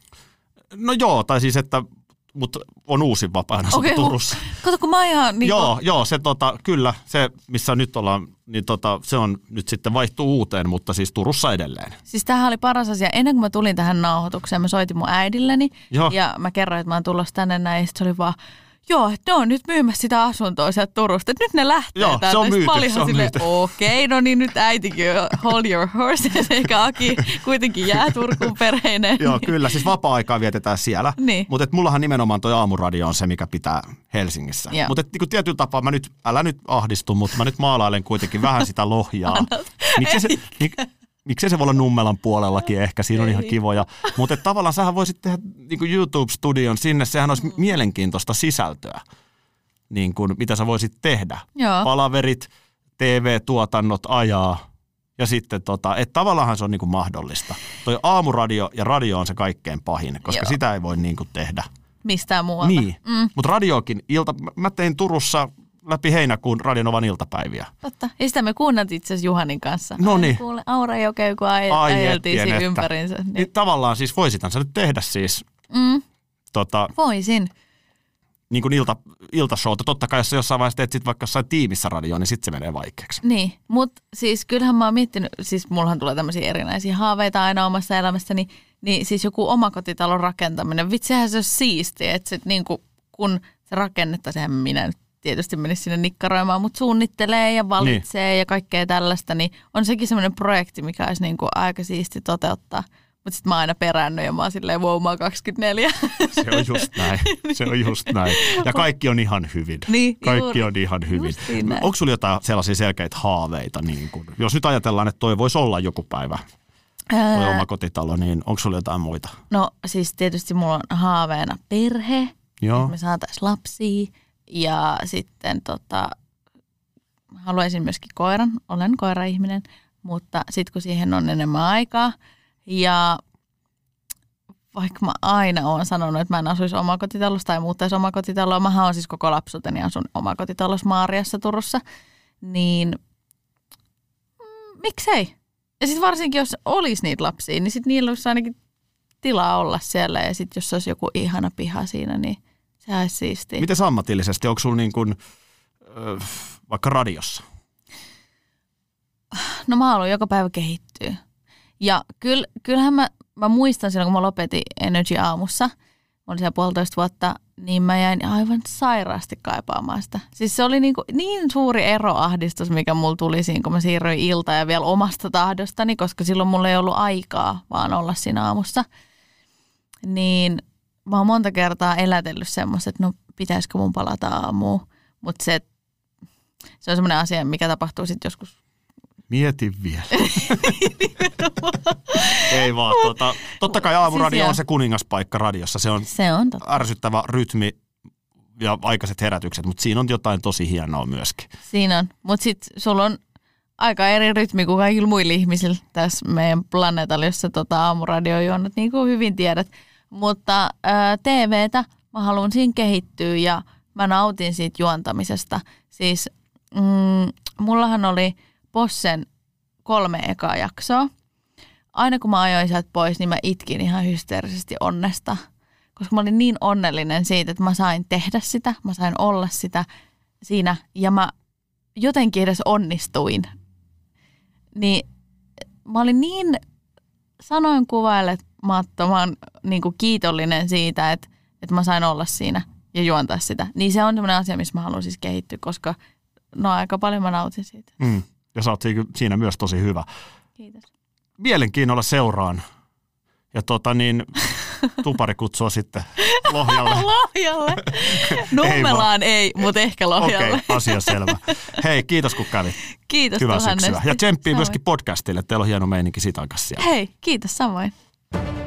No joo, tai siis, että mutta on uusi vapaa-ajanto okay, Turussa. Kato, kun mä ihan niin Joo, kuin... joo, se tota, kyllä, se missä nyt ollaan, niin tota, se on nyt sitten vaihtuu uuteen, mutta siis Turussa edelleen. Siis tämähän oli paras asia. Ennen kuin mä tulin tähän nauhoitukseen, mä soitin mun äidilleni joo. ja mä kerroin, että mä oon tulossa tänne näin, ja sit se oli vaan, joo, että ne on nyt myymässä sitä asuntoa sieltä Turusta, että nyt ne lähtee joo, täältä. Se on myyty, se on silleen, myyty. Okei, no niin nyt äitikin hold your horses, eikä Aki kuitenkin jää Turkuun perheineen. Joo, kyllä, siis vapaa-aikaa vietetään siellä, niin. mutta mullahan nimenomaan toi aamuradio on se, mikä pitää Helsingissä. Mutta niin tietyllä tapaa, mä nyt, älä nyt ahdistu, mutta mä nyt maalailen kuitenkin vähän sitä Lohjaa. Miksi se... Mik, Miksei se voi olla Nummelan puolellakin ehkä, siinä on ihan kivoja. Mutta tavallaan sähän voisit tehdä niin YouTube-studion sinne, sehän olisi mm. mielenkiintoista sisältöä, niin kuin, mitä sä voisit tehdä. Joo. Palaverit, T V-tuotannot ajaa ja sitten tota, että tavallaan se on niin kuin mahdollista. Toi aamuradio ja radio on se kaikkein pahin, koska Joo. sitä ei voi niin kuin tehdä. Mistään muualta. Niin, mm. mutta radiokin, ilta, mä tein Turussa läpi heinäkuun Radionovan iltapäiviä. Totta. Ja sitä me kuunneltiin itse asiassa Juhanin kanssa. No niin. Kuule Aurajoki, kun aj- ajeltiin siinä ympärinsä. Niin. Niin tavallaan siis voisithan sä nyt tehdä siis. Mm. Tota, Voisin. Niin kuin ilta, iltashowta. Totta kai jos sä jossain vaiheessa teet sit vaikka jossain tiimissä radioon, niin sit se menee vaikeaksi. Niin, mutta siis kyllähän mä oon miettinyt, siis mullahan tulee tämmöisiä erinäisiä haaveita aina omassa elämässäni, niin siis joku omakotitalon rakentaminen, vitsehän se on siistiä, että sit niinku, kun se rakennettaisiin, minä nyt tietysti menisi sinne nikkaroimaan, mutta suunnittelee ja valitsee niin. ja kaikkea tällaista, niin on sekin semmoinen projekti, mikä olisi niinku aika siisti toteuttaa. Mutta sitten mä oon aina perännyt ja mä oon silleen, wow, mä oon kaksikymmentäneljä. Se on just näin, se on just näin. Ja kaikki on ihan hyvin. Niin, kaikki juuri, on ihan hyvin. Onko sulla jotain sellaisia selkeitä haaveita? Niin kun, jos nyt ajatellaan, että toi voisi olla joku päivä, toi Ää... oma kotitalo, niin onko sulla jotain muita? No siis tietysti mulla on haaveena perhe, että me saataisiin lapsia. Ja sitten tota, haluaisin myöskin koiran, olen koira-ihminen, mutta sitten kun siihen on enemmän aikaa ja vaikka mä aina oon sanonut, että mä en asuisi omakotitalossa tai muuttaisi omakotitaloa, mähän on siis koko lapsuuteni asun omakotitalossa Maariassa Turussa, niin mm, miksei? Ja sitten varsinkin jos olisi niitä lapsia, niin sitten niillä olisi ainakin tilaa olla siellä ja sitten jos olisi joku ihana piha siinä, niin se olisi siistiä. Miten ammatillisesti? Onko sulla niin kuin, äh, vaikka radiossa? No mä haluan joka päivä kehittyä. Ja kyll, kyllähän mä, mä muistan silloin, kun mä lopetin Energy aamussa, mä olin siellä puolitoista vuotta, niin mä jäin aivan sairaasti kaipaamaan sitä. Siis se oli niin, kuin, niin suuri eroahdistus, mikä mulla tuli siinä, kun mä siirryin ilta ja vielä omasta tahdostani, koska silloin mulla ei ollut aikaa vaan olla siinä aamussa. Niin mä oon monta kertaa elätellyt semmoista, että no pitäisikö mun palata aamuun, mutta se, se on semmoinen asia, mikä tapahtuu sitten joskus. Mietin vielä. Ei vaan, tota, totta kai aamuradio siis on se kuningaspaikka radiossa, se on, se on ärsyttävä rytmi ja aikaiset herätykset, mutta siinä on jotain tosi hienoa myöskin. Siinä on, mutta sitten sulla on aika eri rytmi kuin kaikilla muilla ihmisillä tässä meidän planeetalla, jossa tota aamuradio juonnut, niin kuin hyvin tiedät. Mutta ää, T V:tä mä haluan siinä kehittyä ja mä nautin siitä juontamisesta. Siis mm, mullahan oli Bossen kolme ekaa jaksoa. Aina kun mä ajoin sieltä pois, niin mä itkin ihan hysteerisesti onnesta. Koska mä olin niin onnellinen siitä, että mä sain tehdä sitä, mä sain olla sitä siinä ja mä jotenkin edes onnistuin. Niin mä olin niin sanoin kuvailemattoman niin kuin kiitollinen siitä, että, että mä sain olla siinä ja juontaa sitä. Niin se on semmoinen asia, missä mä haluan siis kehittyä, koska no aika paljon mä nautin siitä. Mm. Ja sä oot siinä myös tosi hyvä. Kiitos. Mielenkiinnolla seuraan. Ja tota niin, tupari kutsuu sitten Lohjalle. Lohjalle? Nummelaan ei, ei mutta ehkä Lohjalle. Okei, okay, asia selvä. Hei, kiitos kun kävit. Kiitos Hyvää tuhannesti. syksyä. Ja tsemppii myöskin podcastille. Teillä on hieno meininki Sitan kanssa siellä. Hei, kiitos samoin.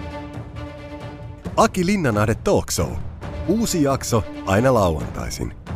Aki Linnanahde Talk Show. Uusi jakso aina lauantaisin.